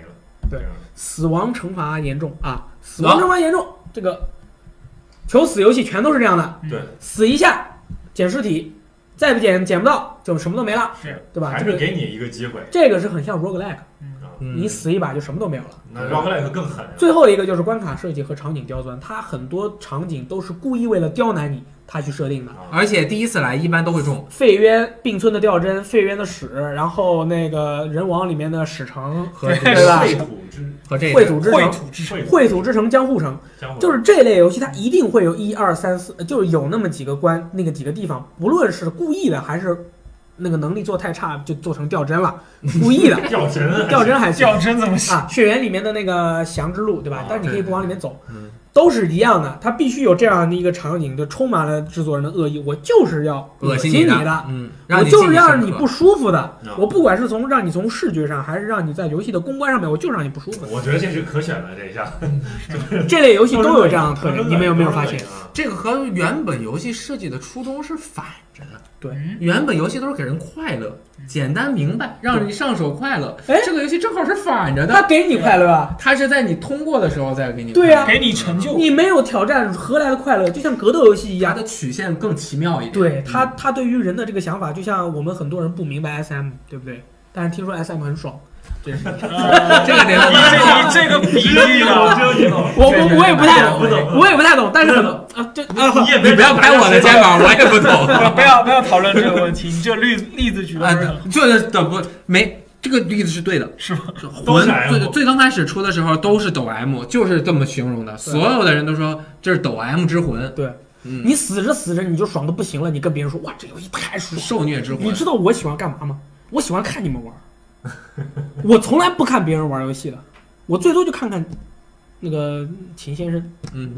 对，死亡惩罚严重啊，死亡惩罚严重，这个求死游戏全都是这样的。 对， 死一下捡尸体，再不捡不到就什么都没了， 是对吧？ 还是给你一个机会。 这个是很像 roguelike， 嗯， 你死一把就什么都没有了。 那 roguelike 更狠。 最后一个就是关卡设计和场景刁钻，它很多场景都是故意为了刁难你，它去设定的。 而且第一次来一般都会中废渊并村的吊针、废渊的屎，然后那个人王里面的屎城和对吧？ 和这秽土之城、 秽土之城、江户城，就是这类游戏，它一定会有1、2、3、4，就是有那么几个关，那个几个地方，不论是故意的还是那个能力做太差，就做成吊针了，故意的吊针还行， 吊针怎么行啊？血缘里面的那个降之路，对吧？但是你可以不往里面走。都是一样的，它必须有这样的一个场景，就充满了制作人的恶意。我就是要恶心你的，我就是让你不舒服的。我不管是让你从视觉上，还是让你在游戏的公关上面，我就让你不舒服。 我觉得这是可选的这一项， 这类游戏都有这样的特点，你们有没有发现？ 这个和原本游戏设计的初衷是反着的。 对， 原本游戏都是给人快乐、简单明白，让你上手快乐。哎，这个游戏正好是反着的， 它给你快乐啊， 它是在你通过的时候再给你。 对呀， 给你成就。 你没有挑战，何来的快乐？就像格斗游戏一样， 它的曲线更奇妙一点。 对它对于人的这个想法，就像我们很多人不明白 SM， 对不对？但是听说 SM 很爽。 这个点， 你这个比喻呢， 我也不太懂，我也不太懂，但是很多你不要拍我的肩膀，我也不懂。 不要讨论这个问题，你这例子举的这不没这个例子是对的， 是吗？ 魂最刚开始出的时候都是抖 M， 就是这么形容的，所有的人都说这是抖 M 之魂。 对。你死着你就爽的不行了，你跟别人说哇这游戏太爽， 受虐之魂。 你知道我喜欢干嘛吗？我喜欢看你们玩。我从来不看别人玩游戏的，我最多就看看那个秦先生，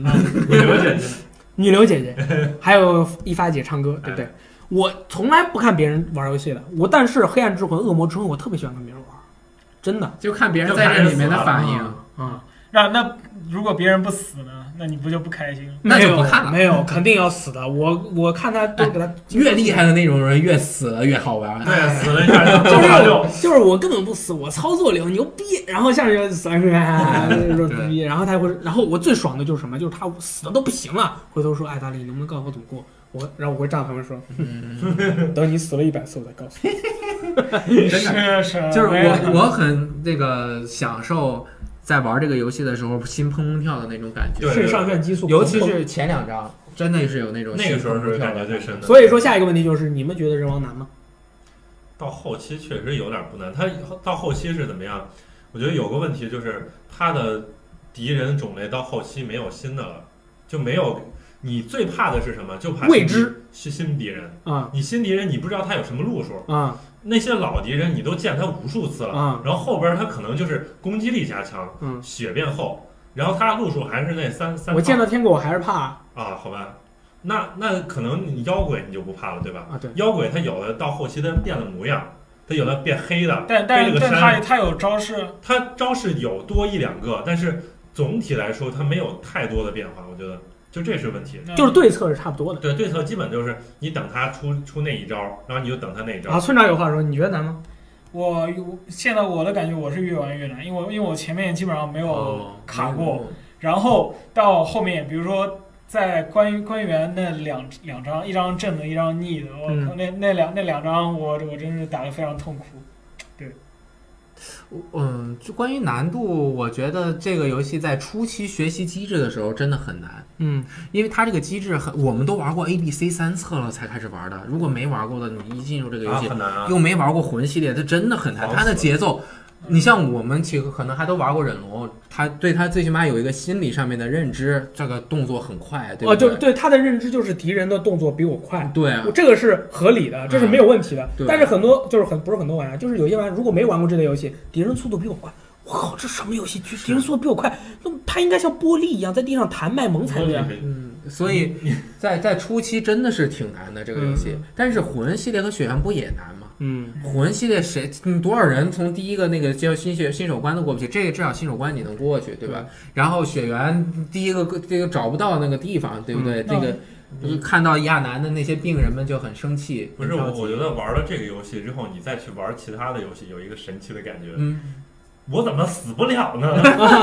女流姐姐，还有一发姐唱歌，对不对？我从来不看别人玩游戏的，但是黑暗之魂、恶魔之魂，我特别喜欢跟别人玩，真的， 就看别人在这里面的反应啊。 那如果别人不死呢？那你不就不开心了？ 那就不看了。 没有，肯定要死的。我看他都给他越厉害的那种人越死了越好玩。 对，死了就是我根本不死，我操作流牛逼，然后像人死逼，然后他会，然后我最爽的就是什么？就是他死的都不行了，回头说艾达利能不能告诉我怎么过？然后我会站旁边说，等你死了100次我再告诉你。 真的是，就是我很这个享受。在玩这个游戏的时候，心砰砰跳的那种感觉， 肾上腺激素， 尤其是前2章，真的是有那种那个时候是感觉最深的。 所以说，下一个问题就是，你们觉得人王难吗？ 到后期确实有点不难。他到后期是怎么样？我觉得有个问题就是他的敌人种类到后期没有新的了，就没有。你最怕的是什么？就怕未知是新敌人啊！ 你新敌人你不知道他有什么路数啊。 那些老敌人你都见他无数次了，然后后边他可能就是攻击力加强，血变厚，然后他路数还是那三。 我见到天狗我还是怕啊，好吧，那可能你妖鬼你就不怕了，对吧？ 啊，对， 妖鬼他有的到后期他变了模样，他有的变黑的， 但他有招式， 他招式有多1、2个，但是总体来说他没有太多的变化，我觉得。就这是问题， 就是对策是差不多的。 对，对策基本就是你等他出那一招，然后你就等他那一招。 啊，村长有话说，你觉得难吗？ 我现在我的感觉我是越玩越难，因为我前面基本上没有卡过，然后到后面，比如说在关原那两章，一张正的，一张逆的，我靠，那两章我真是打得非常痛苦。对。 就关于难度，我觉得这个游戏在初期学习机制的时候真的很难。因为它这个机制我们都玩过 ABC 3册了才开始玩的。如果没玩过的，你一进入这个游戏，又没玩过魂系列，它真的很难。它的节奏，你像我们可能还都玩过忍龙，他对他最起码有一个心理上面的认知，这个动作很快，对不对？ 对他的认知就是敌人的动作比我快， 对啊， 这个是合理的，这是没有问题的。但是很多就是不是很多玩家，就是有些玩家如果没玩过这类游戏，敌人速度比我快，我靠，这什么游戏？敌人速度比我快，那他应该像玻璃一样在地上弹卖萌才对啊。 所以在初期真的是挺难的这个游戏，但是魂系列和血缘不也难吗？魂系列多少人从第一个那个叫新手关都过不去，这个至少新手关你能过去，对吧？然后血缘第一个这个找不到那个地方，对不对？这个看到亚男的那些病人们就很生气。 不是，我觉得玩了这个游戏之后，你再去玩其他的游戏，有一个神奇的感觉。 我怎么死不了呢？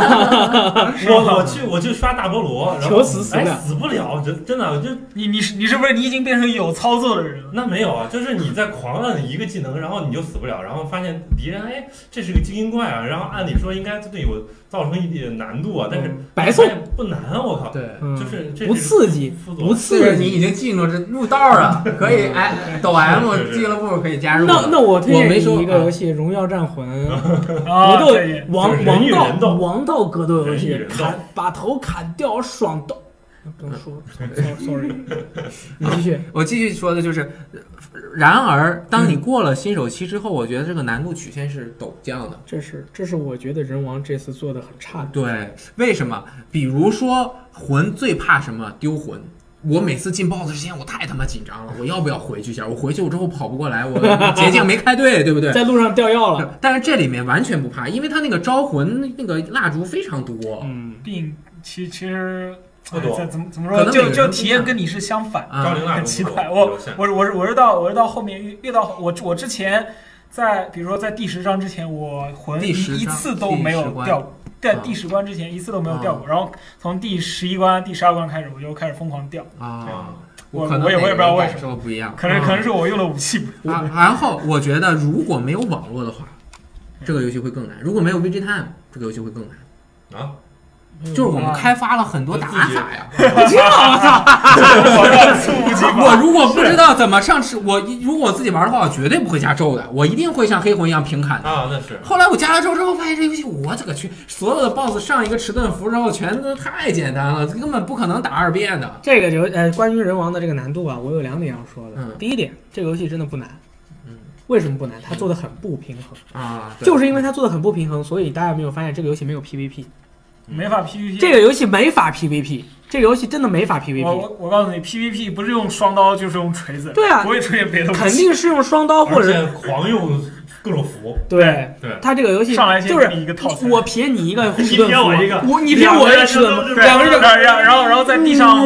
我去刷大菠萝，然后求死死不了， 死不了，真的就你是不是你已经变成有操作的人了？ 那没有啊，就是你在狂按一个技能，然后你就死不了，然后发现敌人这是个精英怪啊，然后按理说应该对我造成一点难度啊，但是白送不难啊，我靠， 对， 就是这不刺激，不刺激， 你已经进入道了，可以抖 M 俱乐部可以加入。 那我推荐你一个游戏《荣耀战魂》，格斗王道格斗游戏，把头砍掉，爽到。不能说 ，sorry， 你继续。 我继续说的就是，然而当你过了新手期之后，我觉得这个难度曲线是陡降的。 这是我觉得人王这次做的很差的。 对，为什么？比如说魂最怕什么？丢魂。我每次进 BOSS 之前，我太他妈紧张了，我要不要回去一下？我回去我之后跑不过来，我捷径没开对，对不对？ 在路上掉药了。 但是这里面完全不怕，因为它那个招魂那个蜡烛非常多。 并其实。怎么说？ 就体验跟你是相反，很奇怪。我是到后面遇到我之前比如说在第10章之前，我魂一次都没有掉过，在第10关之前一次都没有掉过，然后从第11关、第12关开始，我就开始疯狂掉啊。 我也不知道为什么不一样， 可能是我用的武器不一样。 然后我觉得如果没有网络的话，这个游戏会更难；如果没有 VGTime， 这个游戏会更难啊。就是我们开发了很多打法呀，我如果不知道怎么上吃，如果我自己玩的话，我绝对不会加咒的，我一定会像黑魂一样平砍的啊。那是。 后来我加了咒之后，发现这游戏我这个去，所有的 BOSS 上一个迟钝符之后，全都太简单了，根本不可能打2遍的。 这个关于人王的这个难度啊，我有2点要说的。第一点，这个游戏真的不难。为什么不难？它做的很不平衡啊， 就是因为它做的很不平衡，所以大家有没有发现这个游戏没有 PVP？ 没法 PVP， 这个游戏没法 PVP， 这个游戏真的没法 PVP。 我告诉你 ，PVP 不是用双刀就是用锤子， 对啊， 不会出现别的武器， 肯定是用双刀或者狂用各种符。 对，他这个游戏上来就是一个套餐， 我撇你一个， 你撇我一个， 你撇我一个吃的，2个人， 然后在地上。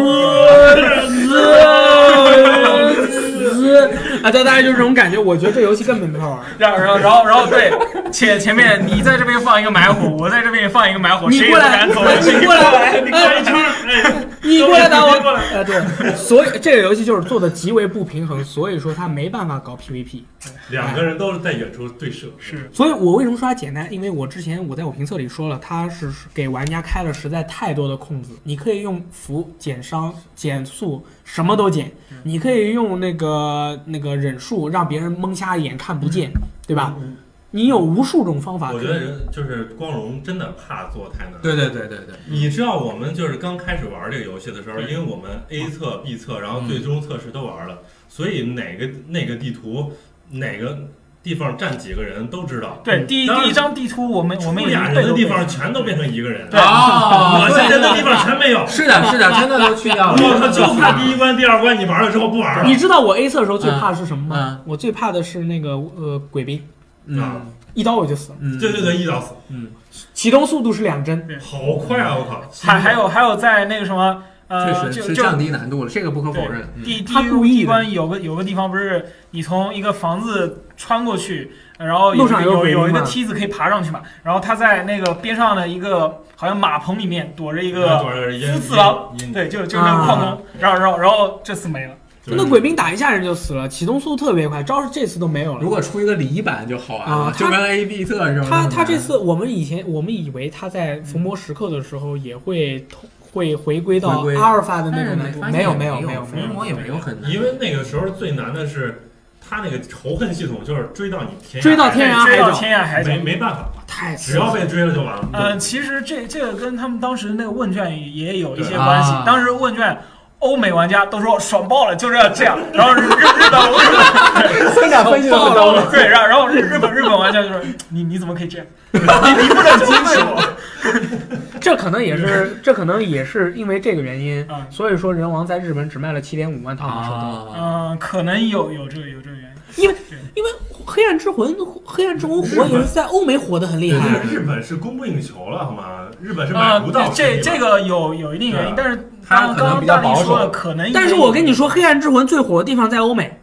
啊，对，大概就是这种感觉。我觉得这游戏根本没法玩。 然后对，前面你在这边放一个埋火，我在这边放一个埋火， 你过来，你过来， 你开一枪， 你过来打我。对，所以这个游戏就是做的极为不平衡，所以说它没办法搞 PVP。 2个人都是在远处对射， 是。 所以我为什么说它简单？因为我之前在我评测里说了，它是给玩家开了实在太多的空子，你可以用符减伤、减速，什么都减。你可以用那个忍术让别人蒙瞎眼看不见，对吧？你有无数种方法。 我觉得人就是光荣真的怕做太难。 对。 你知道我们就是刚开始玩这个游戏的时候，因为我们 A 测、B 测，然后最终测试都玩了，所以那个地图哪个地方站几个人都知道。 对，第一张地图我们俩人的地方全都变成1个人。 啊， 恶心人的地方全没有。 是的，真的都去掉了。 我靠，就怕第1关、第2关你玩了之后不玩了。 你知道我 A 测的时候最怕的是什么吗？我最怕的是那个鬼兵。一刀我就死了。 对，一刀死。 启动速度是2帧， 好快啊！我靠。 还有在那个什么。 确实是降低难度了，这个不可否认。 第关有个地方不是你从一个房子穿过去，然后路上有一个梯子可以爬上去嘛，然后他在那个边上的一个好像马棚里面躲着一个夫子郎，对，就是那个矿工，然后这次没了。 那鬼兵打一下人就死了，启动速度特别快，招是这次都没有了。 如果出一个离版就好啊，就跟 A/B 特是吧？ 他这次我们以为他在伏魔时刻的时候也会回归到阿尔法的那种难度，没有， 伏魔也没有很难， 因为那个时候最难的是他那个仇恨系统，就是追到天涯海角， 没办法， 太只要被追了就完了。 其实这个跟他们当时那个问卷也有一些关系，当时问卷。欧美玩家都说爽爆了，就是这样。然后日本三角分析爆了， 对，然后日本玩家就说你怎么可以这样？你不能击败我。 这可能也是因为这个原因，所以说人王在日本只卖了7.5万套码手动。可能有这个原因。因为黑暗之魂火也是在欧美火的很厉害。 日本是供不应求了，好吗？日本是买不到。 这个有一定原因，但是刚刚大力说了可能。 但是我跟你说，黑暗之魂最火的地方在欧美。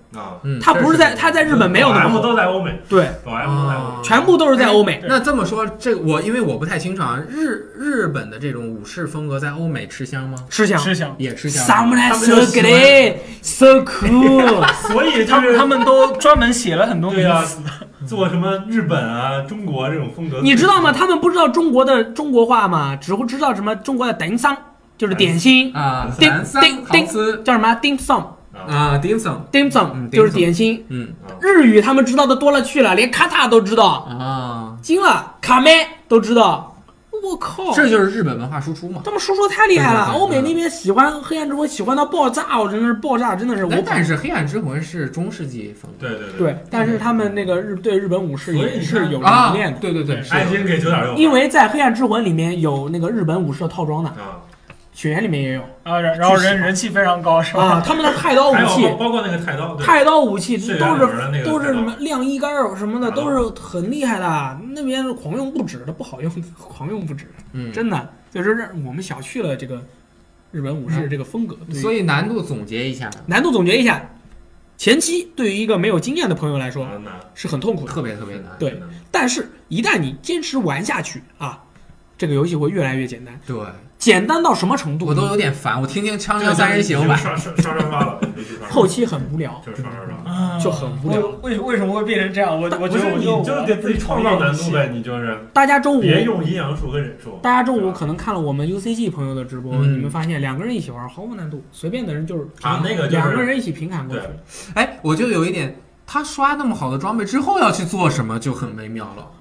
它不是在它在日本没有那么火，都在欧美， 对，全部都是在欧美。 那这么说，这因为我不太清楚啊，日本的这种武士风格在欧美吃香吗？ 吃香， 也吃香。 Samurai so good, so cool。 所以就是他们都专门写了很多名词， 做什么日本啊、中国这种风格。 你知道吗？他们不知道中国的中国话吗？只会知道什么中国的点心，就是点心啊， 丁叫什么dim sum。 dim sum 就是点心。日语他们知道的多了去了，连卡塔都知道啊， 惊了，卡梅都知道。我靠， 这就是日本文化输出嘛。 他们输出太厉害了，欧美那边喜欢黑暗之魂喜欢到爆炸，我真的是爆炸，真的是。 但是黑暗之魂是中世纪风格， 对，但是他们那个对日本武士也是有理念的， 对， 爱心给9.6， 因为在黑暗之魂里面有那个日本武士的套装的。血缘里面也有啊，然后人气非常高，是吧？ 啊，他们的太刀武器， 包括那个太刀武器都是什么亮一杆什么的，都是很厉害的。那边是狂用不止的，不好用，狂用不止。真的就是让我们小觑了这个日本武士这个风格。 所以难度总结一下， 前期对于一个没有经验的朋友来说是很痛苦的， 特别难。 对，但是一旦你坚持玩下去啊，这个游戏会越来越简单。 对。 简单到什么程度？ 我都有点烦，我听听枪战三人行吧。 刷了， 后期很无聊，就很无聊。 为什么会变成这样？我觉得你就给自己创造难度呗，你就是大家中午别用阴阳术跟忍术。 大家中午可能看了我们 UCG 朋友的直播，你们发现2个人一起玩毫无难度，随便的人就是那个 2个人一起平砍过去。 哎，我就有一点，他刷那么好的装备之后要去做什么就很微妙了。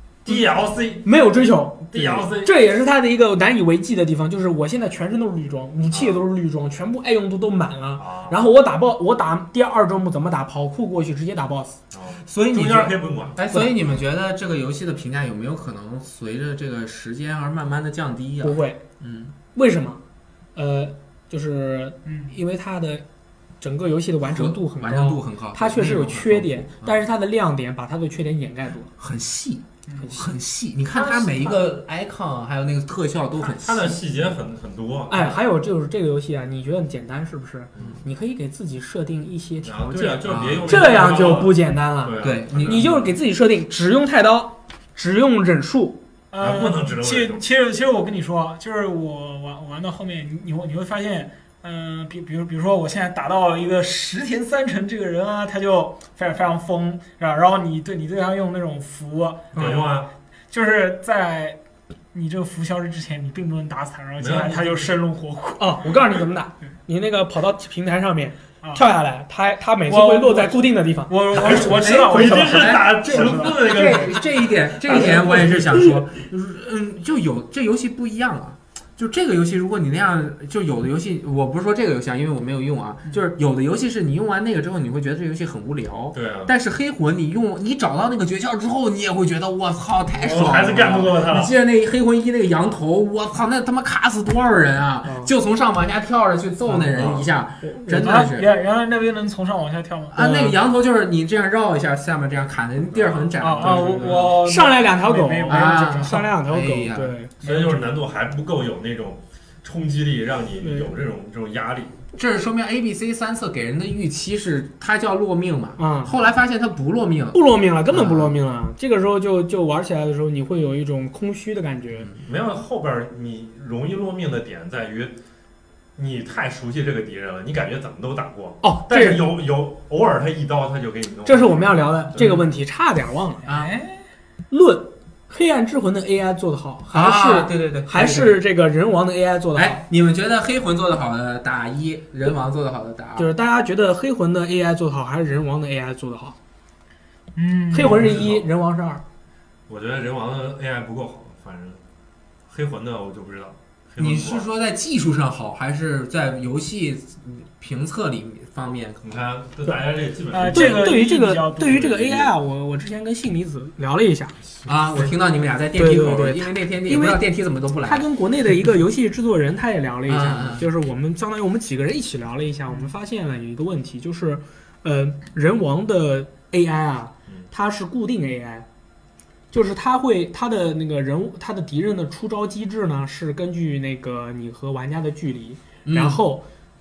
DLC 没有追求 ，DLC 这也是他的一个难以为继的地方，就是我现在全身都是绿装，武器也都是绿装，全部爱用度都满了。然后我打第2周目怎么打？跑酷过去直接打 BOSS。 所以你可以不用管。 所以你们觉得这个游戏的评价有没有可能随着这个时间而慢慢的降低呀？ 不会。为什么？就是因为它的整个游戏的完成度很高，它确实有缺点，但是它的亮点把它的缺点掩盖住了， 很细。你看它每一个 icon 还有那个特效都很细， 它的细节很多。 哎，还有就是这个游戏啊，你觉得简单是不是？你可以给自己设定一些条件，这样就不简单了。 对， 你就是给自己设定只用太刀，只用忍术。 不能只能忍术。 其实我跟你说，就是我玩到后面，你会发现。比如说，我现在打到一个10田3成这个人啊，他就非常疯，然后你对他用那种符， 有用啊， 就是在你这个符消失之前，你并不能打死他，然后接下来他就生龙活虎。 哦，我告诉你怎么打，你那个跑到平台上面跳下来，他每次会落在固定的地方。 我知道， 我一定是打神父的那个。这一点我也是想说，就有这游戏不一样啊。就这个游戏，如果你那样，就有的游戏，我不是说这个游戏啊，因为我没有用啊，就是有的游戏是你用完那个之后，你会觉得这游戏很无聊。 对啊。 但是黑魂，你找到那个诀窍之后，你也会觉得我操太爽了。 还是干不过他。 你记得那黑魂1那个羊头，我操，那他妈卡死多少人啊！就从上往下跳着去揍那人一下，真的是。 原来那边能从上往下跳吗？ 啊，那个羊头就是你这样绕一下，下面这样砍的地儿很窄。 我上来2条狗啊， 上来2条狗，对。 所以就是难度还不够有那种冲击力，让你有这种压力。 这是说明 ABC 3测给人的预期是它叫落命嘛，后来发现它不落命了，根本不落命了。这个时候就玩起来的时候，你会有一种空虚的感觉。 没有后边你容易落命的点在于，你太熟悉这个敌人了，你感觉怎么都打过。但是有偶尔他一刀他就给你弄。 这是我们要聊的这个问题，差点忘了。论黑暗之魂的 AI 做得好，还是对， 还是这个人王的 AI 做得好？ 你们觉得黑魂做得好的打1，人王做得好的打2？ 就是大家觉得黑魂的 AI 做得好，还是人王的 AI 做得好？黑魂是1，人王是2。 我觉得人王的 AI 不够好，反正黑魂的我就不知道。 你是说在技术上好，还是在游戏评测里方面？ 你看，大家这基本对于这个 AI 啊，我之前跟信离子聊了一下啊，我听到你们俩在电梯口，因为那天也不知道电梯怎么都不来。 他跟国内的一个游戏制作人他也聊了一下，就是我们相当于我们几个人一起聊了一下，我们发现了有一个问题，就是人王的 AI 啊，它是固定 AI。就是他的那个他的敌人的出招机制呢，是根据那个你和玩家的距离，然后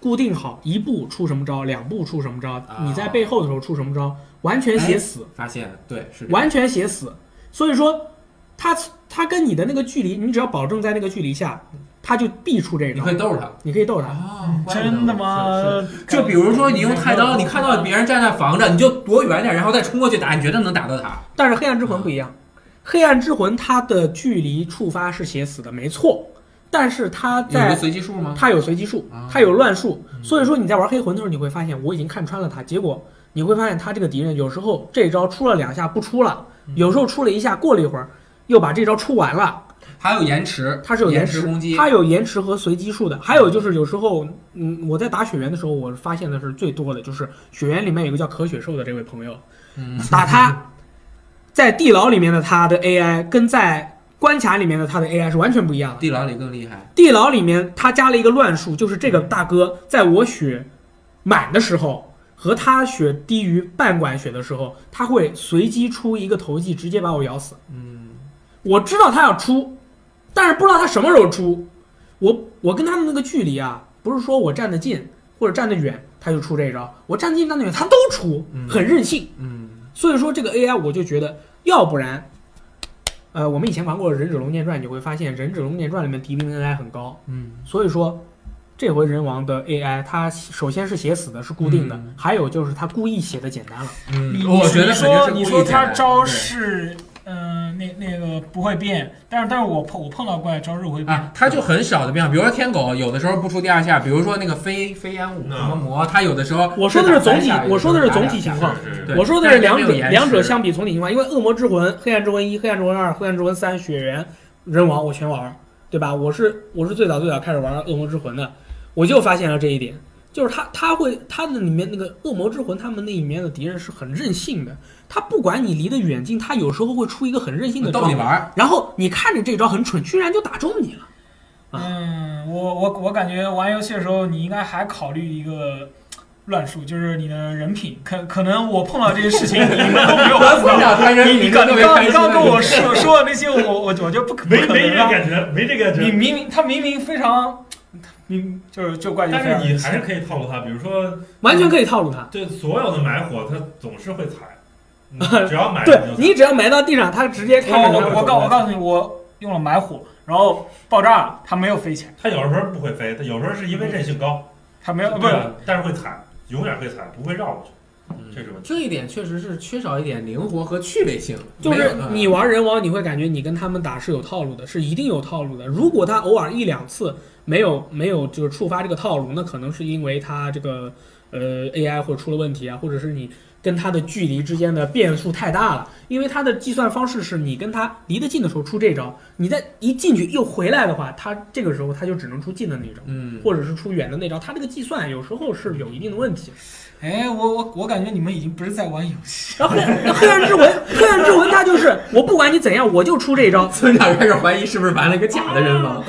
固定好一步出什么招，2步出什么招，你在背后的时候出什么招，完全写死。 发现了，对，是完全写死。所以说，他跟你的那个距离，你只要保证在那个距离下，他就必出这个。 你可以逗他， 你可以逗他。 真的吗？ 就比如说你用太刀，你看到别人站那防着，你就躲远点，然后再冲过去打，你觉得能打到他。 但是黑暗之魂不一样，黑暗之魂它的距离触发是写死的，没错。但是它在有随机数吗？ 它有随机数，它有乱数。所以说你在玩黑魂的时候，你会发现我已经看穿了它，结果你会发现他这个敌人有时候这招出了2下不出了，有时候出了1下，过了一会儿又把这招出完了。 还有延迟， 它是有延迟攻击， 它有延迟和随机数的。还有就是有时候，我在打雪原的时候，我发现的是最多的就是雪原里面有个叫可雪兽的这位朋友，打他，在地牢里面的他的 AI 跟在关卡里面的他的 AI 是完全不一样的。 地牢里更厉害， 地牢里面他加了一个乱数，就是这个大哥在我血满的时候和他血低于半管血的时候，他会随机出一个投技，直接把我咬死。我知道他要出，但是不知道他什么时候出。我跟他们那个距离啊，不是说我站得近或者站得远他就出这一招，我站得近站得远他都出，很任性。所以说这个 AI 我就觉得，要不然，我们以前玩过《忍者龙剑传》，你会发现《忍者龙剑传》里面敌兵 AI 很高。所以说这回人王的 AI 它首先是写死的，是固定的，还有就是它故意写的简单了。 我觉得你说他招式。那个不会变，但是我碰到怪招式会变， 它就很少的变化。比如说天狗有的时候不出第2下，比如说那个飞烟舞什么魔，它有的时候我说的是总体情况，我说的是两者相比总体情况。因为恶魔之魂、黑暗之魂1、黑暗之魂2、黑暗之魂3、雪原、人王我全玩，对吧？我是最早开始玩恶魔之魂的，我就发现了这一点。就是他的里面那个恶魔之魂，他们那里面的敌人是很任性的，他不管你离得远近，他有时候会出一个很任性的招， 逗你玩， 然后你看着这招很蠢，居然就打中你了。 我感觉玩游戏的时候，你应该还考虑一个乱数，就是你的人品。可能我碰到这些事情，你们都没有办法。你刚跟我说的那些，我就不可能。 没这感觉，没这感觉。 他明明非常。就怪， 但是你还是可以套路他，比如说完全可以套路他。 对，所有的埋火他总是会踩，只要埋对你只要埋到地上，他直接看着我告诉你，我用了埋火，然后爆炸了，他没有飞起来。 他有时候不会飞，他有时候是因为韧性高， 他没有不是，但是会踩，永远会踩，不会绕过去。 这一点确实是缺少一点灵活和趣味性。 就是你玩人王，你会感觉你跟他们打是有套路的，是一定有套路的。如果他偶尔1-2次没有就是触发这个套路，那可能是因为他这个AI 或者出了问题啊，或者是你跟他的距离之间的变数太大了。因为他的计算方式是你跟他离得近的时候出这招，你在一进去又回来的话，他这个时候他就只能出近的那招，或者是出远的那招。他这个计算有时候是有一定的问题。 我感觉你们已经不是在玩游戏。 然后黑暗之魂它就是我不管你怎样，我就出这招。 村长开始怀疑是不是玩了一个假的人王。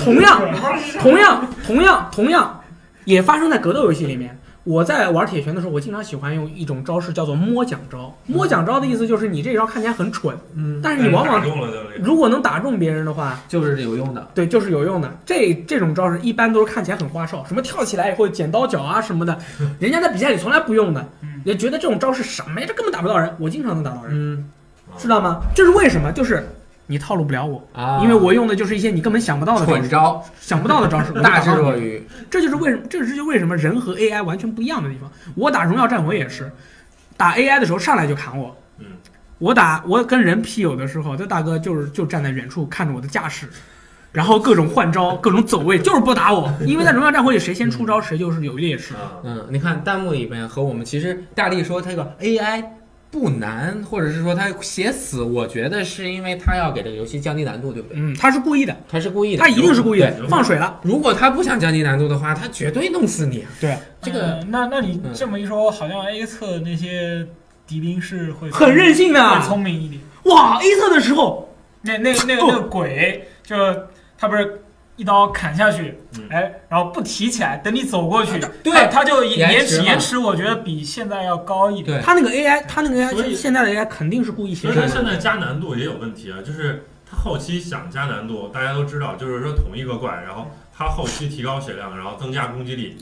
同样也发生在格斗游戏里面。我在玩铁拳的时候，我经常喜欢用一种招式叫做摸奖招。摸奖招的意思就是你这招看起来很蠢，但是你往往如果能打中别人的话， 就是有用的。 对，就是有用的。这种招式一般都是看起来很花哨，什么跳起来以后剪刀脚啊什么的，人家在比赛里从来不用的，也觉得这种招式什么呀，这根本打不到人。我经常能打到人，知道吗？这是为什么？就是你套路不了我因为我用的就是一些你根本想不到的蠢招， 想不到的招式， 大智若愚。 这就是为什么人和 AI 完全不一样的地方。我打荣耀战魂也是，打 AI 的时候上来就砍我。我跟人 P 友的时候，这大哥就站在远处看着我的架势，然后各种换招，各种走位，就是不打我。因为在荣耀战魂里，谁先出招谁就是有劣势。 你看弹幕里面和我们其实大力说这个 AI。不难，或者是说他写死，我觉得是因为他要给这个游戏降低难度，对不对？ 他是故意的， 他一定是故意的，放水了。 如果他不想降低难度的话，他绝对弄死你。 对， 这个那你这么一说，好像 A 侧那些敌兵是会很任性的， 会聪明一点。 哇 ，A 侧的时候， 那个鬼就他不是。一刀砍下去，然后不提起来，等你走过去， 对， 它就延迟，我觉得比现在要高一点。 它那个 AI，现在的 AI 肯定是故意写的。 所以它现在加难度也有问题啊，就是它后期想加难度，大家都知道，就是说同一个怪，然后它后期提高血量，然后增加攻击力，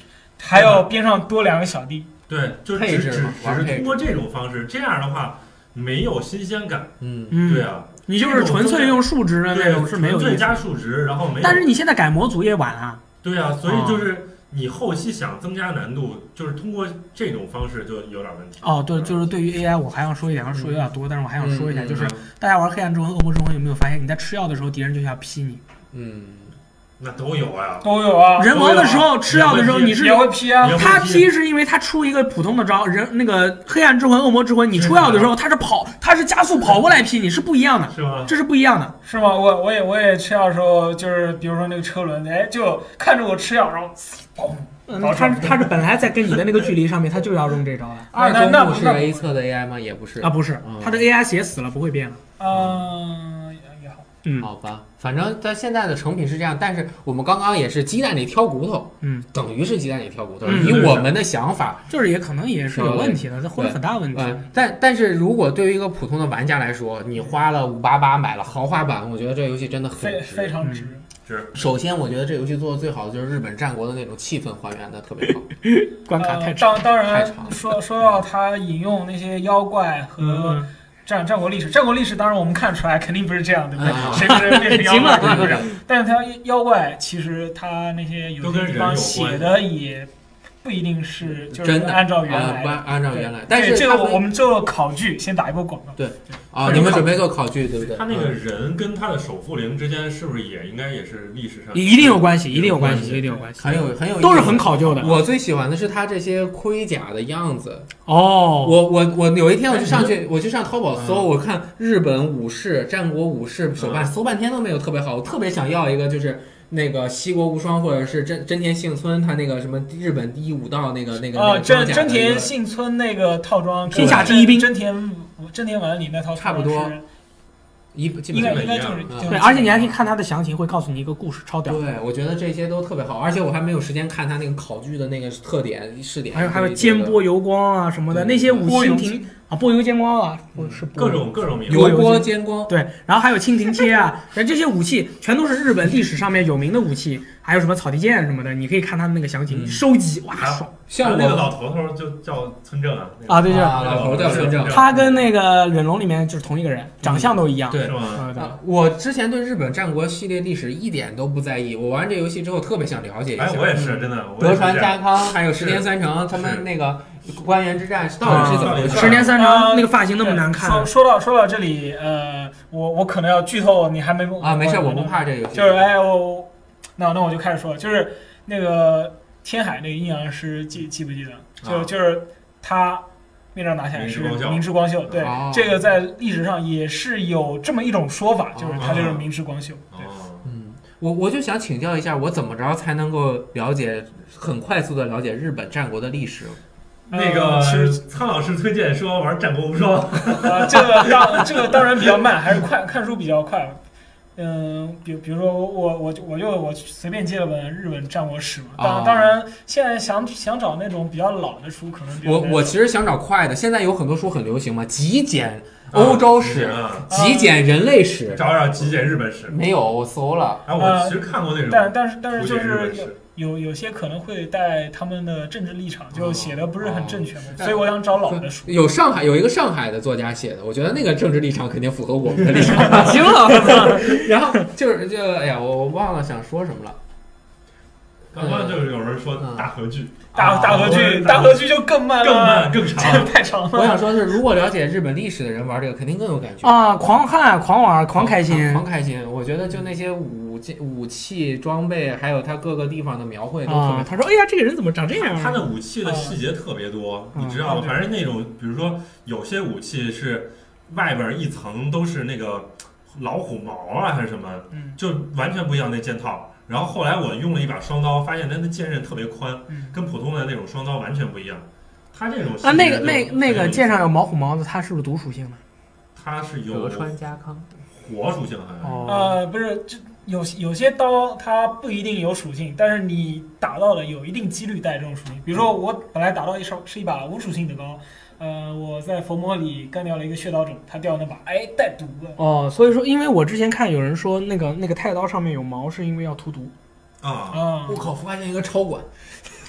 还要边上多2个小弟。 对，就只是通过这种方式，这样的话没有新鲜感。对啊， 你就是纯粹用数值的那种是没有意思。 纯粹加数值，然后没有。 但是你现在改模组也晚啊。 对啊，所以就是你后期想增加难度，就是通过这种方式就有点问题。 对，就是对于 AI， 我还想说一点，说有点多，但是我还想说一下，就是大家玩黑暗之魂、恶魔之魂有没有发现，你在吃药的时候，敌人就想劈你？ 那都有啊， 都有啊。 人王的时候吃药的时候，你是也会劈啊。 他劈是因为他出一个普通的招，那个黑暗之魂、恶魔之魂，你出药的时候他是加速跑过来劈你，是不一样的， 是吗？ 这是不一样的， 是吗？我也吃药的时候，就是比如说那个车轮，就看着我吃药，然后砰。 他是本来在跟你的那个距离上面，他就要用这招的。 那不是 A 测的 AI 吗？也不是啊，不是，他的 AI 写死了，不会变了。 也好。 好吧，反正在现在的成品是这样，但是我们刚刚也是鸡蛋里挑骨头，等于是鸡蛋里挑骨头，以我们的想法， 就是也可能也是有问题的，这会有很大问题。 但是如果对于一个普通的玩家来说，你花了588买了豪华版，我觉得这游戏真的很值， 非常值。 首先，我觉得这游戏做的最好的就是日本战国的那种气氛还原的特别好， 关卡太长。 当然说到他引用那些妖怪和。战国历史当然我们看出来肯定不是这样，对不对？谁不是变成妖怪不是？但是他妖怪其实他那些有些地方写的也不一定是就是按照原来按照原来。但是这个我们做考据，先打一波广告。 对你们准备做考据对不对？ 他那个人跟他的守护灵之间是不是应该也是历史上一定有关系，一定有关系， 很有都是很考究的。 我最喜欢的是他这些盔甲的样子。 我有一天我去上淘宝搜，我看日本武士、战国武士手办，搜半天都没有特别好，我特别想要一个就是。那个西国无双或者是真田幸村，他那个什么日本第一武道那个真田幸村那个套装， 天下第一兵， 真田丸里那套差不多， 应该就是对，而且你还可以看它的详情，会告诉你一个故事，超屌。 对，我觉得这些都特别好，而且我还没有时间看它那个考据的那个特点试点， 还有尖波油光啊什么的，那些武蜻蜓啊，波油尖光啊，是各种油波尖光， 对，然后还有蜻蜓贴啊，这些武器全都是日本历史上面有名的武器，还有什么草地剑什么的，你可以看他们那个详情，收集哇爽。 像那个老头就叫村正啊， 对， 老头叫村正， 他跟那个忍龙里面就是同一个人，长相都一样。 对，我之前对日本战国系列历史一点都不在意，我玩这游戏之后特别想了解一下。 我也是真的。 德川家康还有石田三成他们那个关原之战到底是怎么回事？ 石田三成那个发型那么难看。 说到这里，我可能要剧透，你还没没事，我不怕这个游戏。 就是那我就开始说，就是那个天海那个阴阳师记不记得？就是他面罩拿下来是明智光秀，对，这个在历史上也是有这么一种说法，就是他就是明智光秀。 我就想请教一下，我怎么着才能够很快速的了解日本战国的历史？ 那个苍老师推荐说玩战国无双， 这个当然比较慢，还是看书比较快。比如说我随便借了本日本战国史嘛，当然现在想找那种比较老的书，可能我其实想找快的，现在有很多书很流行嘛，极简欧洲史、极简人类史， 找极简日本史没有，我搜了。 我其实看过那种， 但是就是有些可能会带他们的政治立场，就写的不是很正确嘛，所以我想找老的书。 有一个上海的作家写的，我觉得那个政治立场肯定符合我们的立场。 行了， 然后哎呀，我忘了想说什么了。 刚刚就是有人说大和剧， 大和剧就更慢了， 更长， 太长了。 我想说是，如果了解日本历史的人玩这个，肯定更有感觉啊！狂看、狂玩、狂开心， 狂开心。我觉得就那些武器装备，还有他各个地方的描绘都特别。 他说：“哎呀，这个人怎么长这样？” 他的武器的细节特别多，你知道吗？反正那种，比如说有些武器是外边一层都是那个老虎毛啊，还是什么，就完全不一样那剑套。然后后来我用了一把双刀，发现它的剑刃特别宽，跟普通的那种双刀完全不一样。它这种那个剑上有毛虎毛的，它是不是毒属性的？ 它是有德川家康火属性还不是，有些刀它不一定有属性，但是你打到的有一定几率带这种属性。比如说我本来打到是一把无属性的刀。我在佛魔里干掉了一个血刀种，他掉那把带毒了。 所以说，因为我之前看有人说那个太刀上面有毛，是因为要涂毒。 我靠！发现一个超管，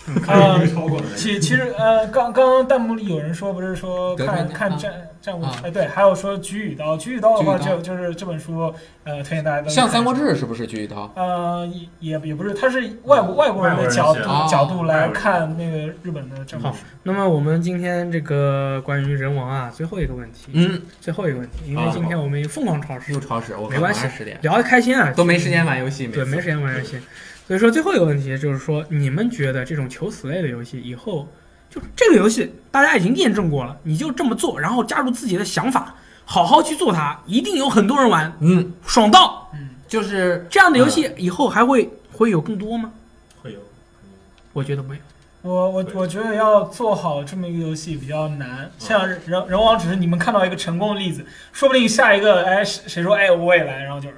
其实刚刚弹幕里有人说不是说看战无对，还有说菊与刀的话就是这本书推荐大家像三国志是不是菊与刀？ 也不是，它是外国人的角度来看那个日本的战国史。 那么我们今天这个关于人王啊，最后一个问题，因为今天我们疯狂超时， 我没关系，聊得开心啊， 都没时间玩游戏， 对，没时间玩游戏。所以说最后一个问题就是说，你们觉得这种求死类的游戏以后，就这个游戏大家已经验证过了，你就这么做，然后加入自己的想法，好好去做它，一定有很多人玩，爽到， 就是这样的游戏以后还会有更多吗？ 会有， 我觉得没有。 我觉得要做好这么一个游戏比较难，像人王只是你们看到一个成功的例子，说不定下一个谁说我也来，然后就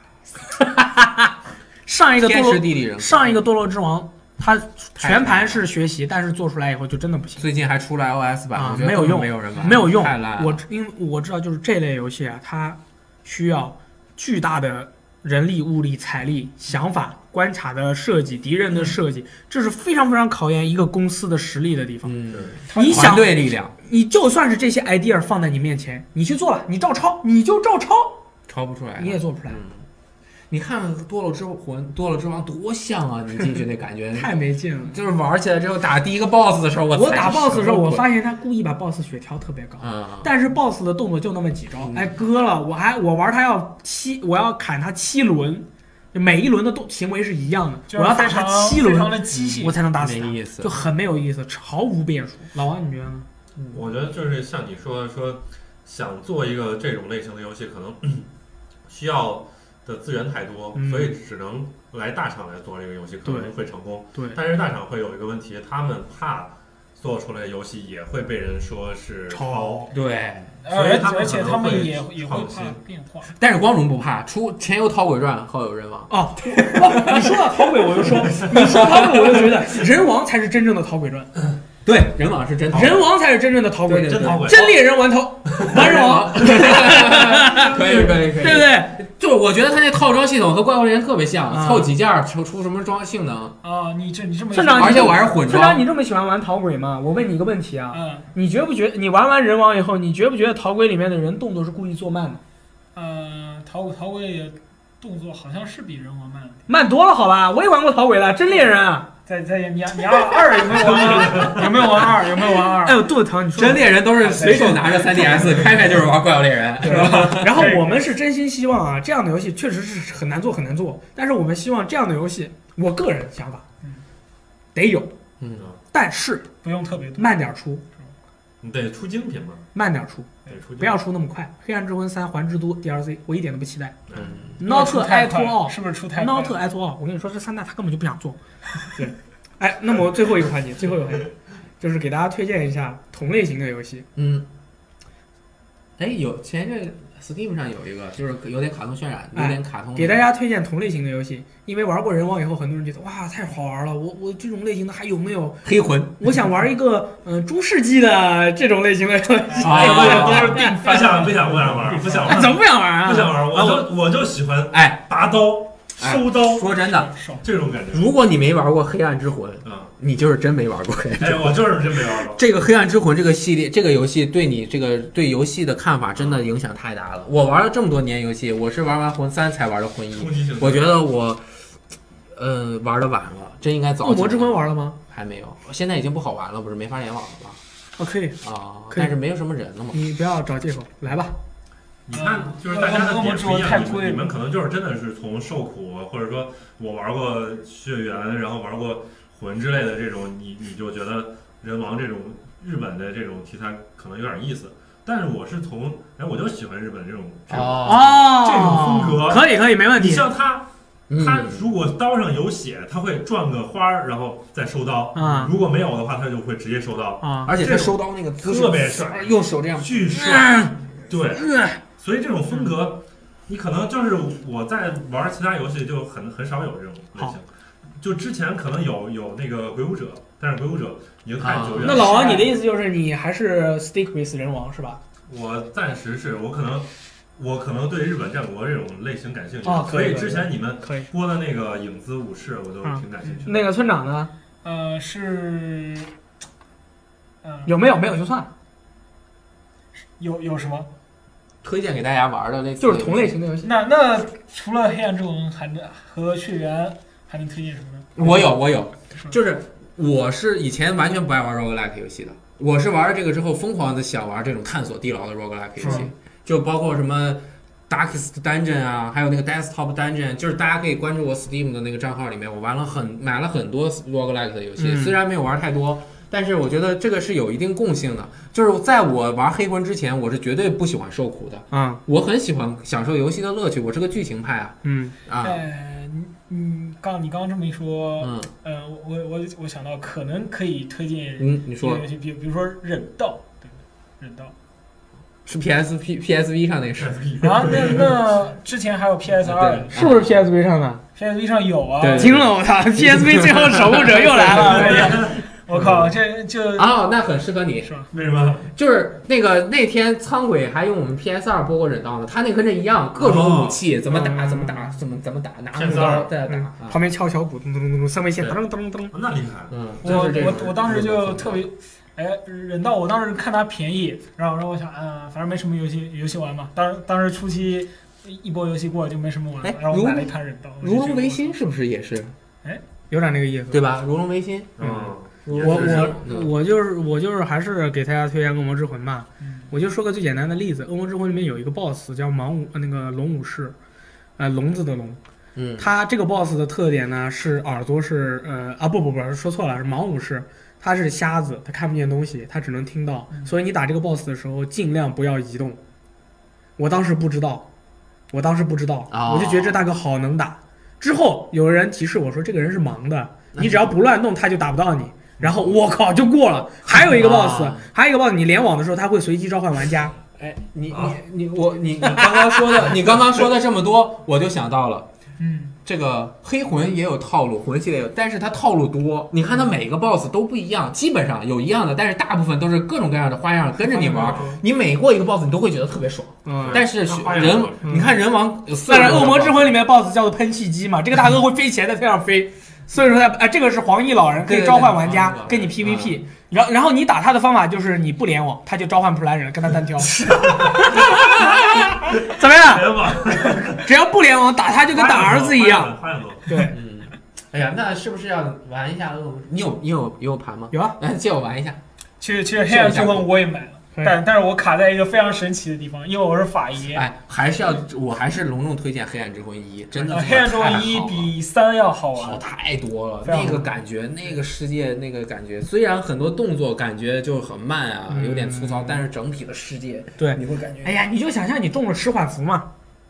上一个堕落之王，它全盘是学习，但是做出来以后就真的不行。 最近还出了 iOS 版，我觉得没有用， 没有人玩， 没有用。 太烂了。 因为我知道，就是这类游戏啊，它需要巨大的人力、物力、财力、想法、关卡的设计、敌人的设计，这是非常非常考验一个公司的实力的地方。你想团队力量， 你就算是这些 idea 放在你面前，你去做了，你照抄， 抄不出来， 你也做不出来。 你看堕落之王多像啊！你进去那感觉太没劲了。 就是玩起来之后打第一个 boss 的时候， 我打 boss 的时候，我发现他故意把 boss 血调特别高，但是 boss 的动作就那么几招，割了我玩他我要砍他7轮，每一轮的行为是一样的，我要打他7轮， 非常的机械， 我才能打死他， 没意思， 就很没有意思，毫无变数。老王，你觉得呢？ 我觉得就是像你说想做一个这种类型的游戏，可能需要的资源太多，所以只能来大厂来做这个游戏，可能会成功。 对， 但是大厂会有一个问题，他们怕做出来的游戏也会被人说是抄。 对， 而且他们也会怕变化。 但是光荣不怕，前有《讨鬼传》，后有人王。 哦，你说到讨鬼，我就说，你说讨鬼，我就觉得人王才是真正的讨鬼传。 对，人王是真讨鬼， 人王才是真正的讨鬼， 真讨鬼， 真猎人玩人王， 可以， 对不对？ 就我觉得他那套装系统和怪物猎人特别像，凑几件出什么性能啊？你这么村长， 而且我还是混装。 村长，你这么喜欢玩讨鬼吗？我问你一个问题啊，你觉不觉得你玩完人王以后，你觉不觉得讨鬼里面的人动作是故意做慢的？ 讨鬼也动作好像是比人王慢多了，好吧？我也玩过讨鬼了，真猎人啊！ 你2有没有玩有没有玩2？ 哎呦，肚子疼！你说真猎人都是随手拿着 3DS 开就是玩怪物猎人， 是吧？然后我们是真心希望啊，这样的游戏确实是很难做，但是我们希望这样的游戏，我个人想法，得有，但是不用特别多， 慢点出， 你得出精品嘛， 慢点出，不要出那么快。黑暗之魂3环之都 DLC 我一点都不期待。Not at all， 是不是出太快 ？Not at all， 我跟你说，这3代他根本就不想做。对，哎，那么最后一个环节，就是给大家推荐一下同类型的游戏。 有前阵 Steam 上有一个，就是有点卡通渲染，有点卡通。 给大家推荐同类型的游戏，因为玩过人王以后，很多人觉得哇太好玩了，我这种类型的还有没有？ 黑魂， 我想玩一个中世纪的这种类型的游戏。 不想玩， 怎么不想玩啊？ 不想玩，我就喜欢拔刀。收刀， 说真的， 这种感觉。 如果你没玩过《黑暗之魂》，你就是真没玩过《黑暗之魂》。 我就是真没玩过。 这个《黑暗之魂》这个系列，这个游戏对你对游戏的看法真的影响太大了。我玩了这么多年游戏，我是玩完魂3才玩的魂1。我觉得我，玩的晚了，真应该早。 恶魔之魂玩了吗？ 还没有，现在已经不好玩了，不是没法联网了吧？ 可以但是没有什么人了嘛。 你不要找借口，来吧。 你看，就是大家的点不一样，你们可能就是真的是从受苦，或者说我玩过血缘，然后玩过魂之类的这种，你就觉得人王这种日本的这种题材可能有点意思。但是我是从我就喜欢日本这种这种风格， 可以没问题。 你像他如果刀上有血，他会转个花然后再收刀。如果没有的话，他就会直接收刀。 而且他收刀那个姿势特别帅， 用手这样巨帅。对。所以这种风格，你可能就是我在玩其他游戏就很少有这种类型。就之前可能有那个鬼武者，但是鬼武者已经太久远了。 那老王，你的意思就是你还是 stick with 人王是吧？ 我暂时是我可能对日本战国这种类型感兴趣。所以之前你们播的那个影子武士，我都挺感兴趣的。 那个村长呢？ 是， 有没有就算了。 有什么推荐给大家玩的类似就是同类型的游戏。 那除了黑暗之魂和血缘，还能推荐什么呢？ 我有，就是我是以前完全不爱玩 roguelike 游戏的，我是玩了这个之后疯狂的想玩这种探索地牢的 roguelike 游戏，就包括什么 Darkest Dungeon 啊，还有那个 Desktop Dungeon， 就是大家可以关注我 Steam 的那个账号里面，我买了很多 roguelike 的游戏，虽然没有玩太多。但是我觉得这个是有一定共性的，就是在我玩黑魂之前，我是绝对不喜欢受苦的。我很喜欢享受游戏的乐趣，我是个剧情派啊。 你刚刚这么一说，我想到可能可以推荐你说游戏，比如说忍道，对不对？忍道是 PSV 上那个是啊？那之前还有 PS2， 是不是 PSV 上的 ？PSV 上有啊。 惊了我操 ！PSV 最后守护者又来了。 我靠，这就那很适合你， 是吧？ 为什么？ 就是那天仓鬼还用我们 PS2 播过忍道呢，他那跟这一样，各种武器怎么打，拿木刀在打， 旁边敲小鼓，咚咚咚咚，三味线噔噔噔， 那厉害。 我当时就特别，忍道我当时看它便宜，然后我想，反正没什么游戏玩嘛，当时初期一波游戏过就没什么玩，然后我买了一盘忍道。 如龙维新是不是也是？ 有点那个意思， 对吧？如龙维新， 我就是还是给大家推荐《恶魔之魂》吧。我就说个最简单的例子，《恶魔之魂》里面有一个 BOSS 叫那个龙武士，聋子的龙。他这个 BOSS 的特点呢是耳朵是不说错了，是盲武士。他是瞎子，他看不见东西，他只能听到。所以你打这个 BOSS 的时候，尽量不要移动。我当时不知道，我就觉得这大哥好能打。之后有人提示我说这个人是盲的，你只要不乱动他就打不到你，然后我靠就过了。还有一个 boss，你联网的时候他会随机召唤玩家。 你刚刚说的这么多，我就想到了，这个黑魂也有套路，魂系列有，但是它套路多。你看它每个 boss 都不一样，基本上有一样的，但是大部分都是各种各样的花样跟着你玩。你每过一个 boss 你都会觉得特别爽。但是你看人王， 但是恶魔之魂里面 boss 叫做喷气机嘛，这个大哥会飞起来在天上飞。所以说这个是黄衣老人，可以召唤玩家跟你 PVP。然后你打他的方法就是你不联网，他就召唤不出来人，跟他单挑。怎么样？只要不联网打他就跟打儿子一样。对， 哎呀，那是不是要玩一下恶魔？你有盘吗？ 有啊， 借我玩一下。 其实黑暗之魂我也买了。但是我卡在一个非常神奇的地方，因为我是法医。 我还是隆重推荐《黑暗之魂1》，真的。 黑暗之魂1比3要好玩， 好太多了。那个感觉，那个世界，那个感觉，虽然很多动作感觉就很慢啊，有点粗糙，但是整体的世界， 对， 你会感觉， 哎呀，你就想象你中了迟缓符嘛。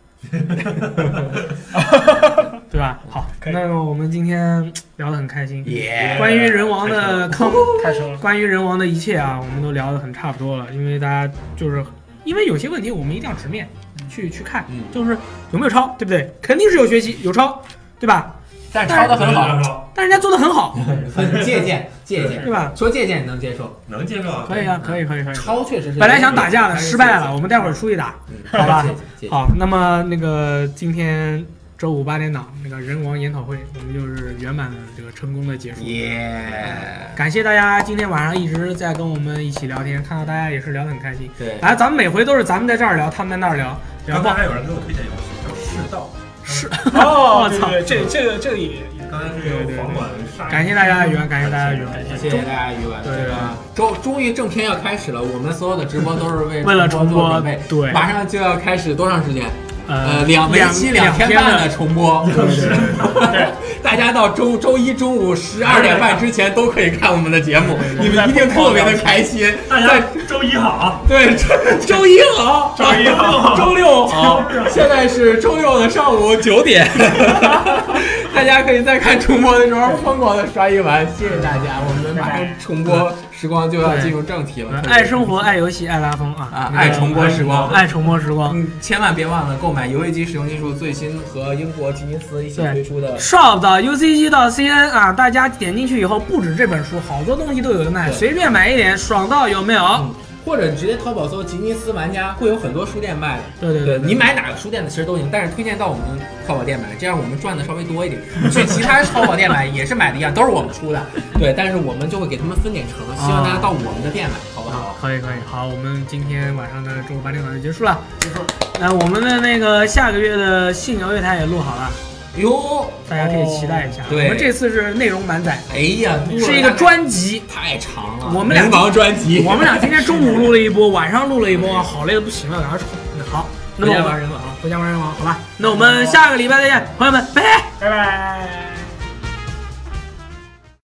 对吧？好，那我们今天聊得很开心，关于人王的关于人王的一切啊，我们都聊得很差不多了。因为大家就是因为有些问题我们一定要直面去看，就是有没有抄，对不对？肯定是有学习有抄，对吧？ 但抄得很好， 但人家做得很好， 很借鉴， 对吧？ 说借鉴你能接受？ 能接受啊， 可以啊，可以。 抄确实是。 本来想打架的，失败了，我们待会儿出去打，好吧？好，那么那个今天周五8点档那个人王研讨会，我们就是圆满的这个成功的结束。感谢大家今天晚上一直在跟我们一起聊天，看到大家也是聊得很开心。 对， 反正咱们每回都是咱们在这儿聊，他们在那儿聊。 刚才还有人给我推荐游戏叫世道。 对，这个也刚才是有房管杀。 感谢大家的援，感谢大家的援， 谢谢大家援。 对吧？终于正片要开始了，我们所有的直播都是为了重播准备。 对， 马上就要开始多长时间？为期2天半的重播。 对， 大家到周一中午12点半之前都可以看我们的节目，你们一定特别的开心。 大家周一好， 对，周一好，周六好，现在是周六的上午9点，大家可以在看重播的时候疯狂的刷一碗，谢谢大家。我们马上重播时光就要进入正题了。 爱生活，爱游戏，爱拉风啊！ 爱重播时光， 爱重播时光。 千万别忘了购买游戏机使用技术最新和英国吉尼斯一起推出的 Shop 的 UCG 到 CN 啊，大家点进去以后，不止这本书，好多东西都有的卖，随便买一点，爽到有没有？ 或者直接淘宝搜吉尼斯玩家，会有很多书店卖的。 对， 你买哪个书店的其实都行，但是推荐到我们淘宝店买，这样我们赚的稍微多一点。你去其他淘宝店买也是买的一样，都是我们出的。对，但是我们就会给他们分点成，希望大家到我们的店买，好不好？ 可以，好，我们今天晚上的周五8点档就结束了。那我们的那个下个月的信谣月台也录好了。 哟， 大家可以期待一下。 对， 我们这次是内容满载。 哎呀， 是一个专辑， 太长了。 我们俩专辑， 我们俩今天中午录了一波，晚上录了一波，好累的不行了，赶快冲。好，那么回家玩人王， 好吧。那我们下个礼拜再见，朋友们，拜拜， 拜拜。